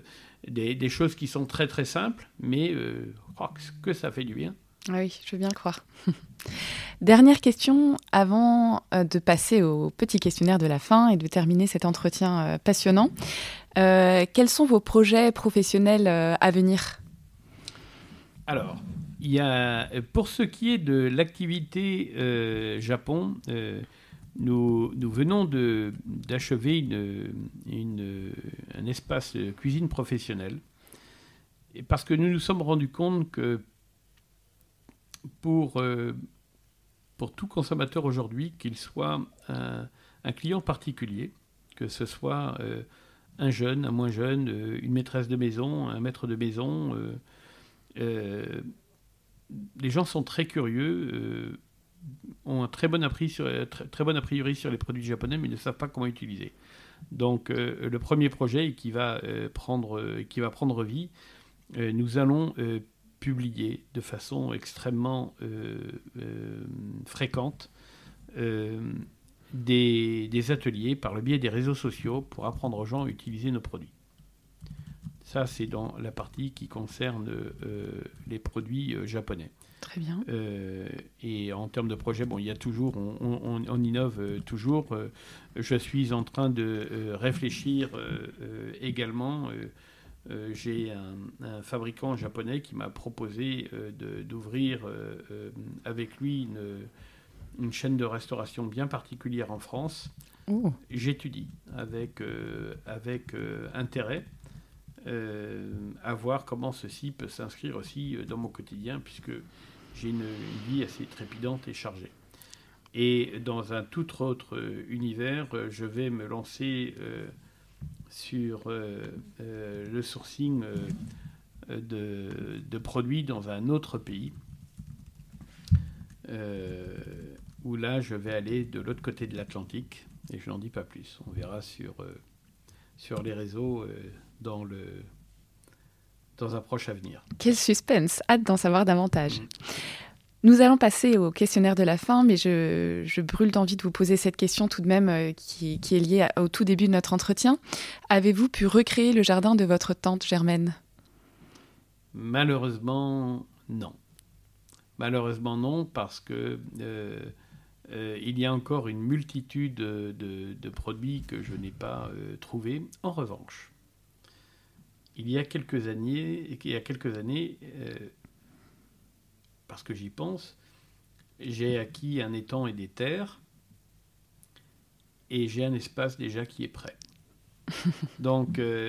S2: des, des choses qui sont très très simples, mais euh, je crois que, que ça fait du bien.
S1: Oui, je veux bien le croire. Dernière question avant de passer au petit questionnaire de la fin et de terminer cet entretien passionnant. Euh, quels sont vos projets professionnels à venir ?
S2: Alors, il y a, pour ce qui est de l'activité euh, Japon, euh, nous, nous venons de, d'achever une, une, un espace cuisine professionnelle. Et parce que nous nous sommes rendus compte que pour, euh, pour tout consommateur aujourd'hui, qu'il soit un, un client particulier, que ce soit euh, un jeune, un moins jeune, euh, une maîtresse de maison, un maître de maison, euh, euh, les gens sont très curieux, euh, ont un très bon, appris sur, très, très bon a priori sur les produits japonais, mais ne savent pas comment utiliser. Donc euh, le premier projet qui va, euh, prendre, euh, qui va prendre vie, euh, nous allons euh, publier de façon extrêmement euh, euh, fréquente euh, des, des ateliers par le biais des réseaux sociaux pour apprendre aux gens à utiliser nos produits. Ça, c'est dans la partie qui concerne euh, les produits euh, japonais.
S1: Très bien.
S2: Euh, et en termes de projet, bon, il y a toujours, on, on, on innove euh, toujours. Euh, je suis en train de euh, réfléchir euh, euh, également. Euh, euh, j'ai un, un fabricant japonais qui m'a proposé euh, de, d'ouvrir euh, euh, avec lui une, une chaîne de restauration bien particulière en France.
S1: Oh.
S2: J'étudie avec, euh, avec euh, intérêt. Euh, à voir comment ceci peut s'inscrire aussi dans mon quotidien, puisque j'ai une, une vie assez trépidante et chargée. Et dans un tout autre univers, je vais me lancer euh, sur euh, euh, le sourcing euh, de, de produits dans un autre pays, euh, où là, je vais aller de l'autre côté de l'Atlantique, et je n'en dis pas plus. On verra sur, euh, sur les réseaux euh, dans le... dans un proche avenir.
S1: Quel suspense, hâte d'en savoir davantage.
S2: Mmh.
S1: Nous allons passer au questionnaire de la fin, mais je, je brûle d'envie de vous poser cette question tout de même euh, qui, qui est liée à, au tout début de notre entretien. Avez-vous pu recréer le jardin de votre tante Germaine ?
S2: Malheureusement, non. Malheureusement non, parce que euh, euh, il y a encore une multitude de, de, de produits que je n'ai pas euh, trouvés. En revanche, il y a quelques années, il y a quelques années euh, parce que j'y pense, j'ai acquis un étang et des terres, et j'ai un espace déjà qui est prêt. Donc, euh,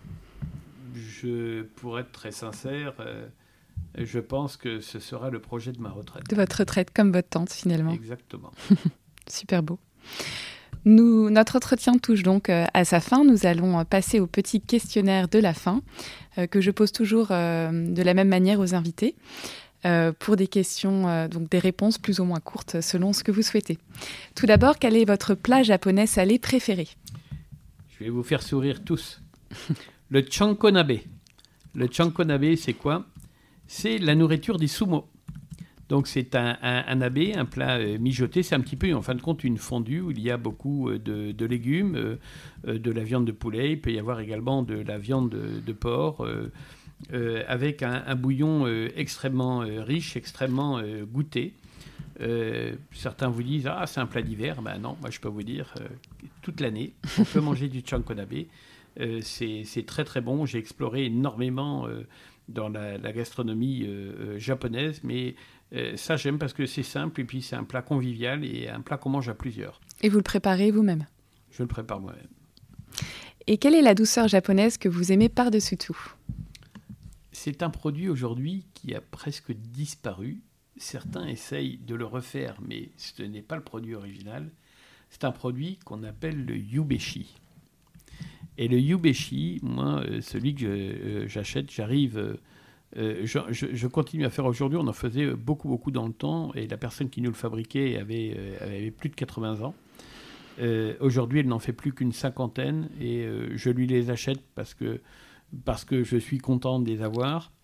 S2: je, pour être très sincère, euh, je pense que ce sera le projet de ma retraite.
S1: De votre retraite, comme votre tante, finalement.
S2: Exactement.
S1: Super beau. Nous, notre entretien touche donc euh, à sa fin. Nous allons passer au petit questionnaire de la fin, euh, que je pose toujours euh, de la même manière aux invités, euh, pour des questions, euh, donc des réponses plus ou moins courtes selon ce que vous souhaitez. Tout d'abord, quel est votre plat japonais salé préféré ?
S2: Je vais vous faire sourire tous. Le chankonabe. Le chankonabe, c'est quoi ? C'est la nourriture des sumo. Donc c'est un, un, un nabe, un plat euh, mijoté. C'est un petit peu, en fin de compte, une fondue où il y a beaucoup euh, de, de légumes, euh, euh, de la viande de poulet. Il peut y avoir également de la viande de, de porc, euh, euh, avec un, un bouillon euh, extrêmement euh, riche, extrêmement euh, goûté. Euh, certains vous disent « Ah, c'est un plat d'hiver ». Ben non, moi je peux vous dire, euh, toute l'année, on peut manger du chankonabe. Euh, c'est, c'est très très bon. J'ai exploré énormément euh, dans la, la gastronomie euh, euh, japonaise, mais euh, ça j'aime parce que c'est simple et puis c'est un plat convivial et un plat qu'on mange à plusieurs.
S1: Et vous le préparez vous-même ?
S2: Je le prépare moi-même.
S1: Et quelle est la douceur japonaise que vous aimez par-dessus tout ?
S2: C'est un produit aujourd'hui qui a presque disparu. Certains essayent de le refaire, mais ce n'est pas le produit original. C'est un produit qu'on appelle le yubeshi. Et le yubeshi, moi, celui que je, j'achète, j'arrive... Euh, je, je, je continue à faire aujourd'hui. On en faisait beaucoup, beaucoup dans le temps. Et la personne qui nous le fabriquait avait, euh, avait plus de quatre-vingts ans. Euh, aujourd'hui, elle n'en fait plus qu'une cinquantaine. Et euh, je lui les achète parce que, parce que je suis content de les avoir.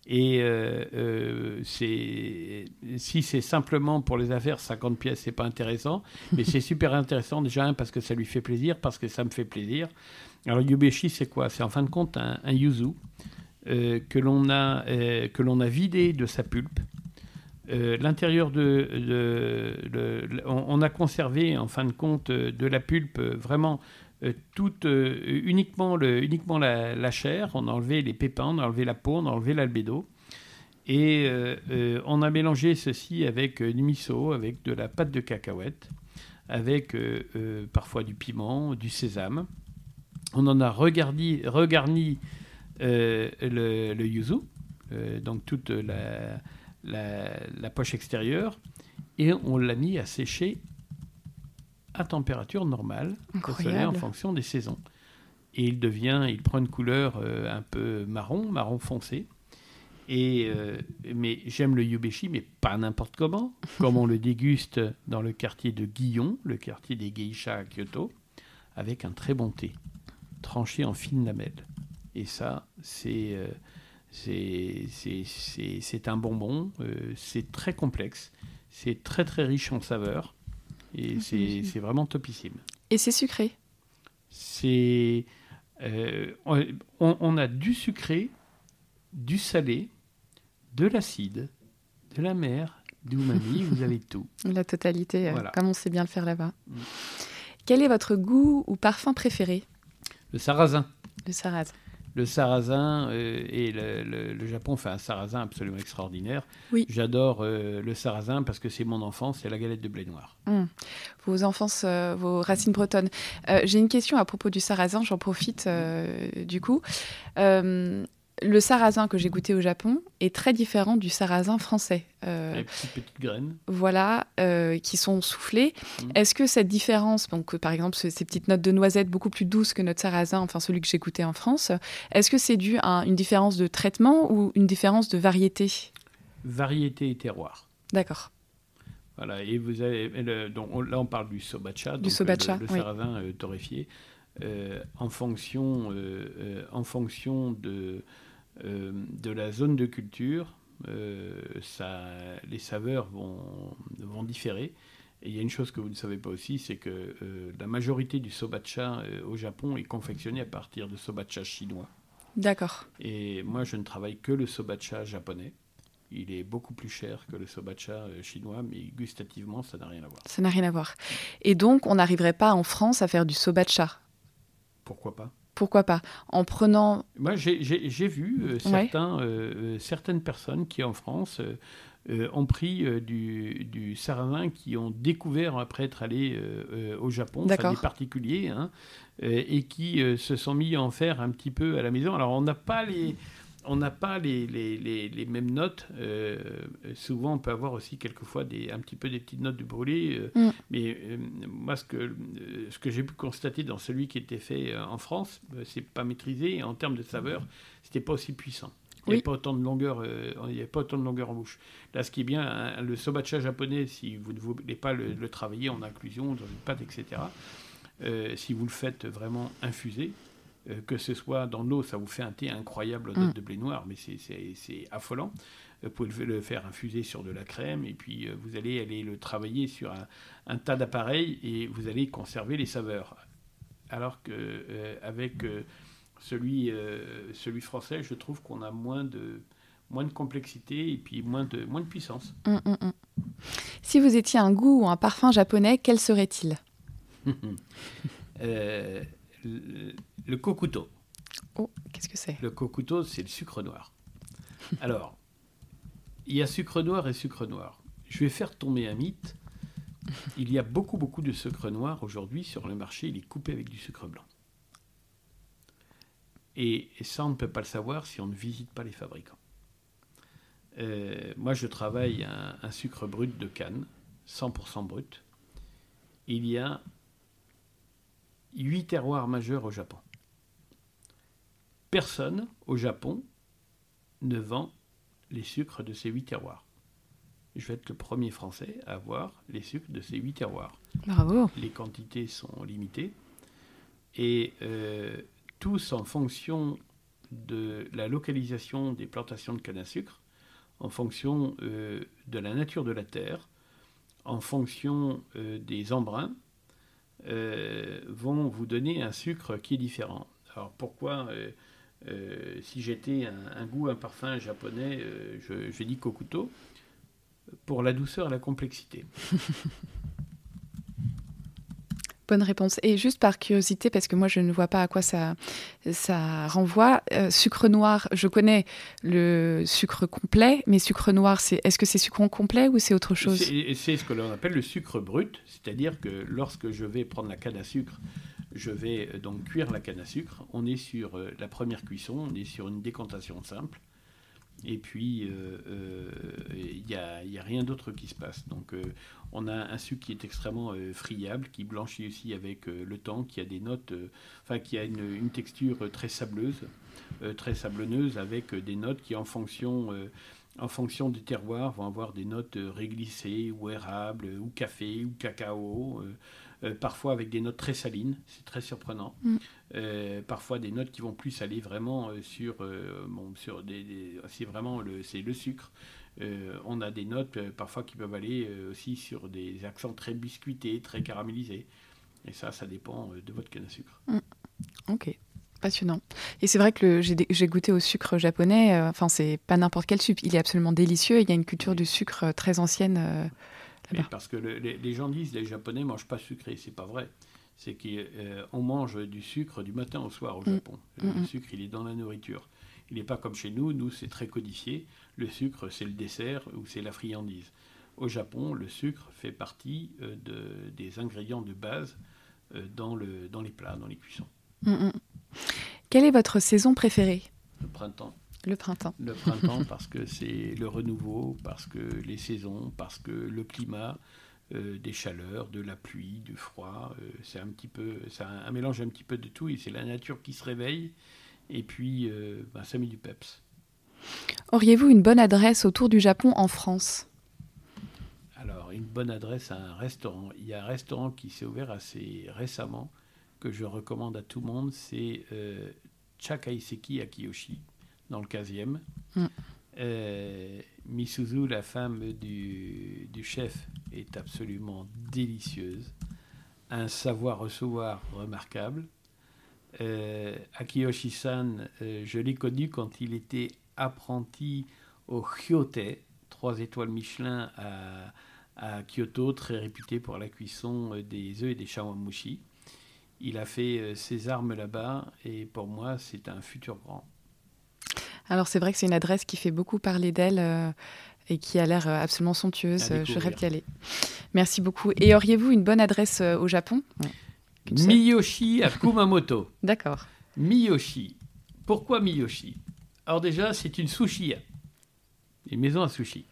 S2: Et euh, euh, c'est, si c'est simplement pour les affaires, cinquante pièces, c'est pas intéressant. Mais c'est super intéressant, déjà, un, parce que ça lui fait plaisir, parce que ça me fait plaisir. Alors, yubeshi, c'est quoi? C'est en fin de compte un, un yuzu euh, que, l'on a, euh, que l'on a vidé de sa pulpe. Euh, l'intérieur de... de, de, de on, on a conservé, en fin de compte, de la pulpe vraiment... Euh, toute, euh, uniquement, le, uniquement la, la chair, on a enlevé les pépins, on a enlevé la peau, on a enlevé l'albédo. Et euh, euh, on a mélangé ceci avec euh, du miso, avec de la pâte de cacahuète, avec euh, euh, parfois du piment, du sésame. On en a regarni, regarni euh, le, le yuzu, euh, donc toute la, la, la poche extérieure, et on l'a mis à sécher à température normale au soleil en fonction des saisons. Et il devient, il prend une couleur euh, un peu marron, marron foncé. Et, euh, mais j'aime le yubeshi, mais pas n'importe comment, comme on le déguste dans le quartier de Gion, le quartier des geishas à Kyoto, avec un très bon thé, tranché en fines lamelles. Et ça, c'est, euh, c'est, c'est, c'est, c'est un bonbon, euh, c'est très complexe, c'est très très riche en saveurs. Et c'est, c'est vraiment topissime.
S1: Et c'est sucré?
S2: C'est, euh, on, on a du sucré, du salé, de l'acide, de la mer, du umami, vous avez tout.
S1: La totalité,
S2: voilà.
S1: euh, comme on sait bien le faire là-bas. Mm. Quel est votre goût ou parfum préféré?
S2: Le sarrasin.
S1: Le sarrasin.
S2: Le sarrasin, euh, et le, le, le Japon fait un sarrasin absolument extraordinaire.
S1: Oui.
S2: J'adore euh, le sarrasin parce que c'est mon enfance, c'est la galette de blé noir.
S1: Mmh. Vos enfances, euh, vos racines bretonnes. Euh, j'ai une question à propos du sarrasin, j'en profite euh, du coup. Euh, le sarrasin que j'ai goûté au Japon est très différent du sarrasin français.
S2: Euh, Les petites, petites graines.
S1: Voilà, euh, qui sont soufflées. Mmh. Est-ce que cette différence, donc par exemple ces petites notes de noisettes beaucoup plus douces que notre sarrasin, enfin celui que j'ai goûté en France, est-ce que c'est dû à une différence de traitement ou une différence de variété?
S2: Variété et terroir.
S1: D'accord.
S2: Voilà, et vous avez, le, donc on, là on parle du sobacha,
S1: du
S2: donc
S1: sobacha,
S2: le, le
S1: oui.
S2: sarrasin euh, torréfié, euh, en fonction, euh, euh, en fonction de, euh, de la zone de culture, euh, ça, les saveurs vont, vont différer. Et il y a une chose que vous ne savez pas aussi, c'est que euh, la majorité du sobacha euh, au Japon est confectionnée à partir de sobacha chinois.
S1: D'accord.
S2: Et moi je ne travaille que le sobacha japonais. Il est beaucoup plus cher que le sobacha chinois, mais gustativement, ça n'a rien à voir.
S1: Ça n'a rien à voir. Et donc, on n'arriverait pas en France à faire du sobacha?
S2: Pourquoi pas?
S1: Pourquoi pas? En prenant...
S2: Moi, j'ai, j'ai, j'ai vu euh, certains, ouais. euh, certaines personnes qui, en France, euh, euh, ont pris euh, du, du sarrasin, qui ont découvert, après être allés euh, euh, au Japon, enfin, des particuliers, hein, euh, et qui euh, se sont mis à en faire un petit peu à la maison. Alors, on n'a pas les... On n'a pas les, les, les, les mêmes notes. Euh, souvent, on peut avoir aussi quelquefois des, un petit peu des petites notes de brûlé. Euh, mm. Mais euh, moi, ce que, euh, ce que j'ai pu constater dans celui qui était fait euh, en France, euh, c'est pas maîtrisé. Et en termes de saveur, c'était pas aussi puissant. Il n'y avait, oui. pas longueur, euh, il n'y avait pas autant de longueur en bouche. Là, ce qui est bien, hein, le sobacha japonais, si vous ne voulez pas le, le travailler en inclusion, dans une pâte, et cetera, euh, si vous le faites vraiment infuser, Euh, que ce soit dans l'eau, ça vous fait un thé incroyable aux notes mmh. de blé noir, mais c'est, c'est, c'est affolant. Vous pouvez le faire infuser sur de la crème, et puis euh, vous allez aller le travailler sur un, un tas d'appareils, et vous allez conserver les saveurs. Alors qu'avec euh, euh, celui, euh, celui français, je trouve qu'on a moins de, moins de complexité, et puis moins de, moins de puissance.
S1: Mmh, mmh. Si vous étiez un goût ou un parfum japonais, quel serait-il?
S2: euh, Le, le kokuto.
S1: Oh, qu'est-ce que c'est?
S2: Le kokuto, c'est le sucre noir. Alors, il y a sucre noir et sucre noir. Je vais faire tomber un mythe. Il y a beaucoup, beaucoup de sucre noir aujourd'hui sur le marché. Il est coupé avec du sucre blanc. Et, et ça, on ne peut pas le savoir si on ne visite pas les fabricants. Euh, moi, je travaille un, un sucre brut de canne, cent pour cent brut. Il y a huit terroirs majeurs au Japon. Personne au Japon ne vend les sucres de ces huit terroirs. Je vais être le premier Français à avoir les sucres de ces huit terroirs.
S1: Bravo.
S2: Les quantités sont limitées et euh, tous en fonction de la localisation des plantations de canne à sucre, en fonction euh, de la nature de la terre, en fonction euh, des embruns, euh, vont vous donner un sucre qui est différent. Alors pourquoi euh, euh, si j'étais un, un goût, un parfum japonais, euh, je, je dis Kokuto, pour la douceur et la complexité.
S1: Bonne réponse. Et juste par curiosité, parce que moi je ne vois pas à quoi ça, ça renvoie, euh, sucre noir, je connais le sucre complet, mais sucre noir, c'est, est-ce que c'est sucre complet ou c'est autre chose ?
S2: c'est, c'est ce que l'on appelle le sucre brut, c'est-à-dire que lorsque je vais prendre la canne à sucre, je vais donc cuire la canne à sucre, on est sur euh, la première cuisson, on est sur une décantation simple, et puis il euh, n'y euh, a, y a rien d'autre qui se passe. Donc euh, on a un sucre qui est extrêmement euh, friable, qui blanchit aussi avec euh, le temps, qui a des notes, euh, enfin qui a une, une texture très sableuse, euh, très sablonneuse, avec euh, des notes qui en fonction, euh, en fonction des terroirs vont avoir des notes euh, réglissées ou érables, ou café, ou cacao, euh, euh, parfois avec des notes très salines, c'est très surprenant. Mm. Euh, parfois des notes qui vont plus aller vraiment euh, sur, euh, bon, sur des, des, c'est vraiment le, c'est le sucre. Euh, on a des notes euh, parfois qui peuvent aller euh, aussi sur des accents très biscuités, très caramélisés. Et ça, ça dépend euh, de votre canne à sucre.
S1: Mmh. Ok, passionnant. Et c'est vrai que le, j'ai, j'ai goûté au sucre japonais. Enfin, euh, c'est pas n'importe quel sucre. Il est absolument délicieux. Il y a une culture oui. du sucre très ancienne euh, là-bas.
S2: Oui, parce que le, les, les gens disent les Japonais mangent pas sucré. C'est pas vrai. C'est qu'on euh, mange du sucre du matin au soir au Japon. Mmh. Le mmh. sucre, il est dans la nourriture. Il n'est pas comme chez nous. Nous, c'est très codifié. Le sucre, c'est le dessert ou c'est la friandise. Au Japon, le sucre fait partie euh, de, des ingrédients de base euh, dans, le, dans les plats, dans les cuissons.
S1: Mmh. Quelle est votre saison préférée ?
S2: Le printemps.
S1: Le printemps.
S2: Le printemps parce que c'est le renouveau, parce que les saisons, parce que le climat... Euh, des chaleurs, de la pluie, du froid, euh, c'est un petit peu, c'est un, un mélange un petit peu de tout et c'est la nature qui se réveille et puis euh, ben, ça met du peps.
S1: Auriez-vous une bonne adresse autour du Japon en France ?
S2: Alors une bonne adresse à un restaurant, il y a un restaurant qui s'est ouvert assez récemment que je recommande à tout le monde, c'est euh, Chakaiseki à Kiyoshi dans le quinzième. Mm. Euh, Misuzu, la femme du, du chef, est absolument délicieuse. Un savoir-recevoir remarquable. Euh, Akiyoshi-san, euh, je l'ai connu quand il était apprenti au Hyote, trois étoiles Michelin à, à Kyoto, très réputé pour la cuisson des œufs et des chawanmushi. Il a fait euh, ses armes là-bas et pour moi, c'est un futur grand.
S1: Alors c'est vrai que c'est une adresse qui fait beaucoup parler d'elle euh, et qui a l'air absolument somptueuse. Je rêve d'y aller. Merci beaucoup. Et auriez-vous une bonne adresse euh, au Japon ? Ouais.
S2: Miyoshi à Kumamoto.
S1: D'accord.
S2: Miyoshi. Pourquoi Miyoshi ? Alors déjà, c'est une sushi, une maison à sushi.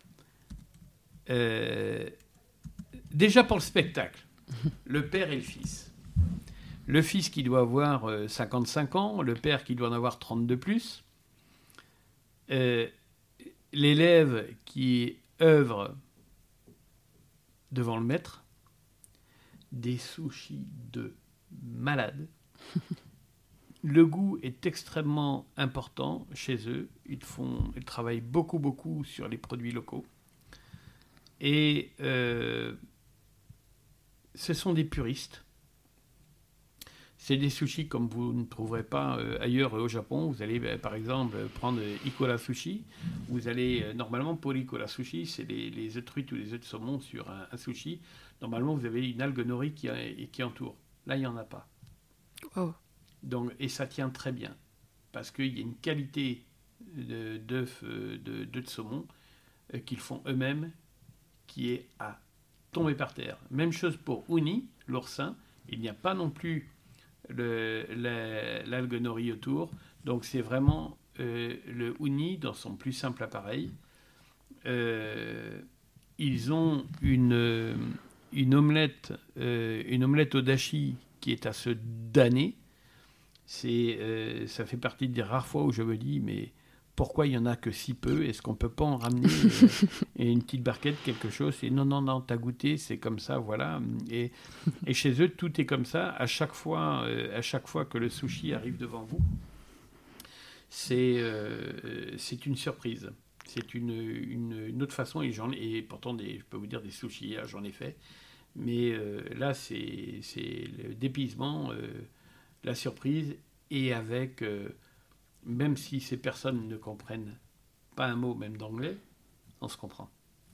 S2: Euh, déjà pour le spectacle, le père et le fils. Le fils qui doit avoir euh, cinquante-cinq ans, le père qui doit en avoir trente de plus. Euh, l'élève qui œuvre devant le maître, des sushis de malade. Le goût est extrêmement important chez eux. Ils, font, ils travaillent beaucoup, beaucoup sur les produits locaux. Et euh, ce sont des puristes. C'est des sushis comme vous ne trouverez pas euh, ailleurs au Japon. Vous allez euh, par exemple prendre Ikora Sushi. Vous allez euh, normalement pour l'Ikora Sushi, c'est les, les œufs de truite ou les œufs de saumon sur un, un sushi. Normalement, vous avez une algue nori qui, qui entoure. Là, il n'y en a pas.
S1: Oh.
S2: Donc, et ça tient très bien parce qu'il y a une qualité de, d'œufs de, de, de saumon euh, qu'ils font eux-mêmes qui est à tomber par terre. Même chose pour uni, l'oursin. Il n'y a pas non plus Le, la, l'algue nori autour, donc c'est vraiment euh, le uni dans son plus simple appareil. Euh, ils ont une, une omelette, euh, une omelette au dashi qui est à se damner. C'est, euh, ça fait partie des rares fois où je me dis, mais pourquoi il n'y en a que si peu ? Est-ce qu'on ne peut pas en ramener euh, une petite barquette, quelque chose ? Et non, non, non, t'as goûté, c'est comme ça, voilà. Et, et chez eux, tout est comme ça. À chaque fois, euh, à chaque fois que le sushi arrive devant vous, c'est, euh, c'est une surprise. C'est une, une, une autre façon, et, j'en, et pourtant, des, je peux vous dire, des sushis, j'en ai fait. Mais euh, là, c'est, c'est le dépaysement, euh, la surprise, et avec, euh, même si ces personnes ne comprennent pas un mot, même d'anglais, on se comprend.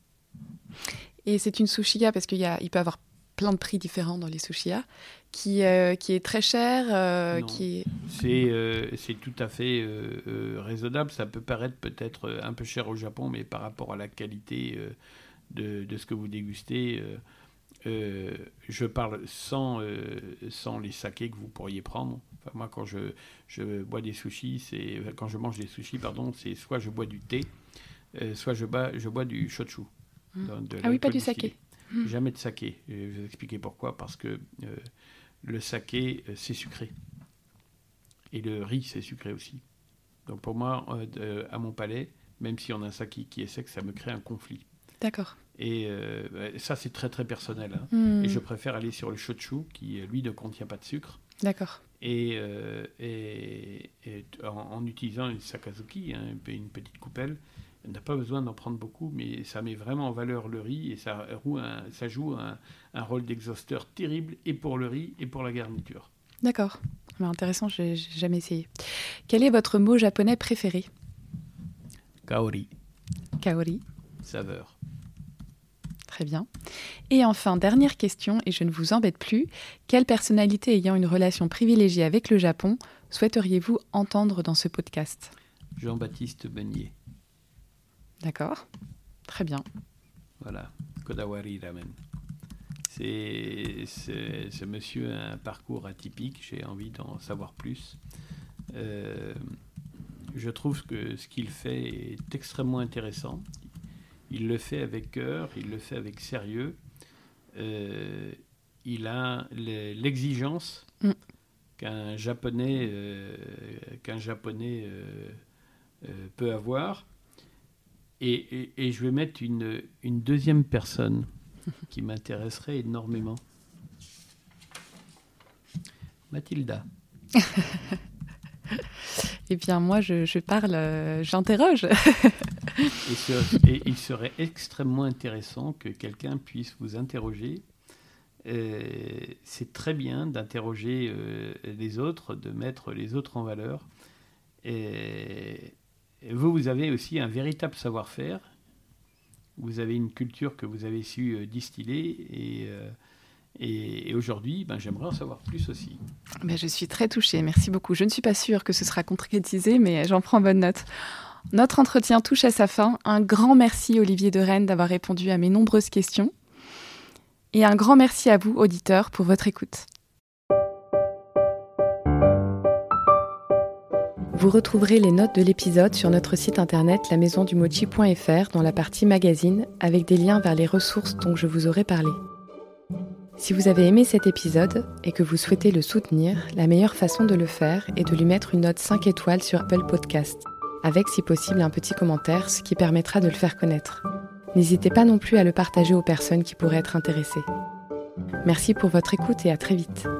S1: Et c'est une sushiya, parce qu'il y a, il peut y avoir plein de prix différents dans les sushiyas, qui, euh, qui est très cher, euh,
S2: Non,
S1: qui est...
S2: c'est, euh, c'est tout à fait euh, euh, raisonnable. Ça peut paraître peut-être un peu cher au Japon, mais par rapport à la qualité euh, de, de ce que vous dégustez, euh, euh, je parle sans, euh, sans les sakés que vous pourriez prendre. Enfin, moi, quand je, je bois des sushis, c'est, quand je mange des sushis, pardon, c'est soit je bois du thé, euh, soit je bois, je bois du shochu.
S1: Mmh.
S2: De, de
S1: ah oui, pas du
S2: distillé.
S1: saké.
S2: Jamais de saké. Je vais vous expliquer pourquoi. Parce que euh, le saké, euh, c'est sucré. Et le riz, c'est sucré aussi. Donc pour moi, euh, de, à mon palais, même si on a un saké qui est sec, ça me crée un conflit.
S1: D'accord.
S2: Et euh, ça, c'est très très personnel. Hein.
S1: Mmh.
S2: Et je préfère aller sur le shochu, qui lui ne contient pas de sucre.
S1: D'accord.
S2: Et, euh, et, et en, en utilisant une sakazuki, hein, une petite coupelle, on n'a pas besoin d'en prendre beaucoup, mais ça met vraiment en valeur le riz et ça, un, ça joue un, un rôle d'exhausteur terrible et pour le riz et pour la garniture.
S1: D'accord. Mais intéressant, je n'ai jamais essayé. Quel est votre mot japonais préféré ?
S2: Kaori.
S1: Kaori.
S2: Saveur.
S1: Très bien. Et enfin, dernière question, et je ne vous embête plus. Quelle personnalité ayant une relation privilégiée avec le Japon souhaiteriez-vous entendre dans ce podcast ?
S2: Jean-Baptiste Beignet.
S1: D'accord. Très bien.
S2: Voilà. Kodawari Ramen. C'est, c'est, ce monsieur a un parcours atypique. J'ai envie d'en savoir plus. Euh, je trouve que ce qu'il fait est extrêmement intéressant. Il le fait avec cœur, il le fait avec sérieux. Euh, il a l'exigence mm. qu'un japonais, euh, qu'un japonais euh, euh, peut avoir. Et, et, et je vais mettre une, une deuxième personne qui m'intéresserait énormément. Mathilda.
S1: Eh bien, moi, je, je parle, euh, j'interroge.
S2: et, ce, et il serait extrêmement intéressant que quelqu'un puisse vous interroger. Euh, c'est très bien d'interroger euh, les autres, de mettre les autres en valeur. Et, et vous, vous avez aussi un véritable savoir-faire. Vous avez une culture que vous avez su euh, distiller et... Euh, Et, et aujourd'hui, ben, j'aimerais en savoir plus aussi.
S1: Ben, je suis très touchée, merci beaucoup. Je ne suis pas sûre que ce sera concrétisé, mais j'en prends bonne note. Notre entretien touche à sa fin. Un grand merci Olivier de Rennes d'avoir répondu à mes nombreuses questions. Et un grand merci à vous, auditeurs, pour votre écoute. Vous retrouverez les notes de l'épisode sur notre site internet la maison du mochi point f r dans la partie magazine, avec des liens vers les ressources dont je vous aurai parlé. Si vous avez aimé cet épisode et que vous souhaitez le soutenir, la meilleure façon de le faire est de lui mettre une note cinq étoiles sur Apple Podcast, avec si possible un petit commentaire, ce qui permettra de le faire connaître. N'hésitez pas non plus à le partager aux personnes qui pourraient être intéressées. Merci pour votre écoute et à très vite.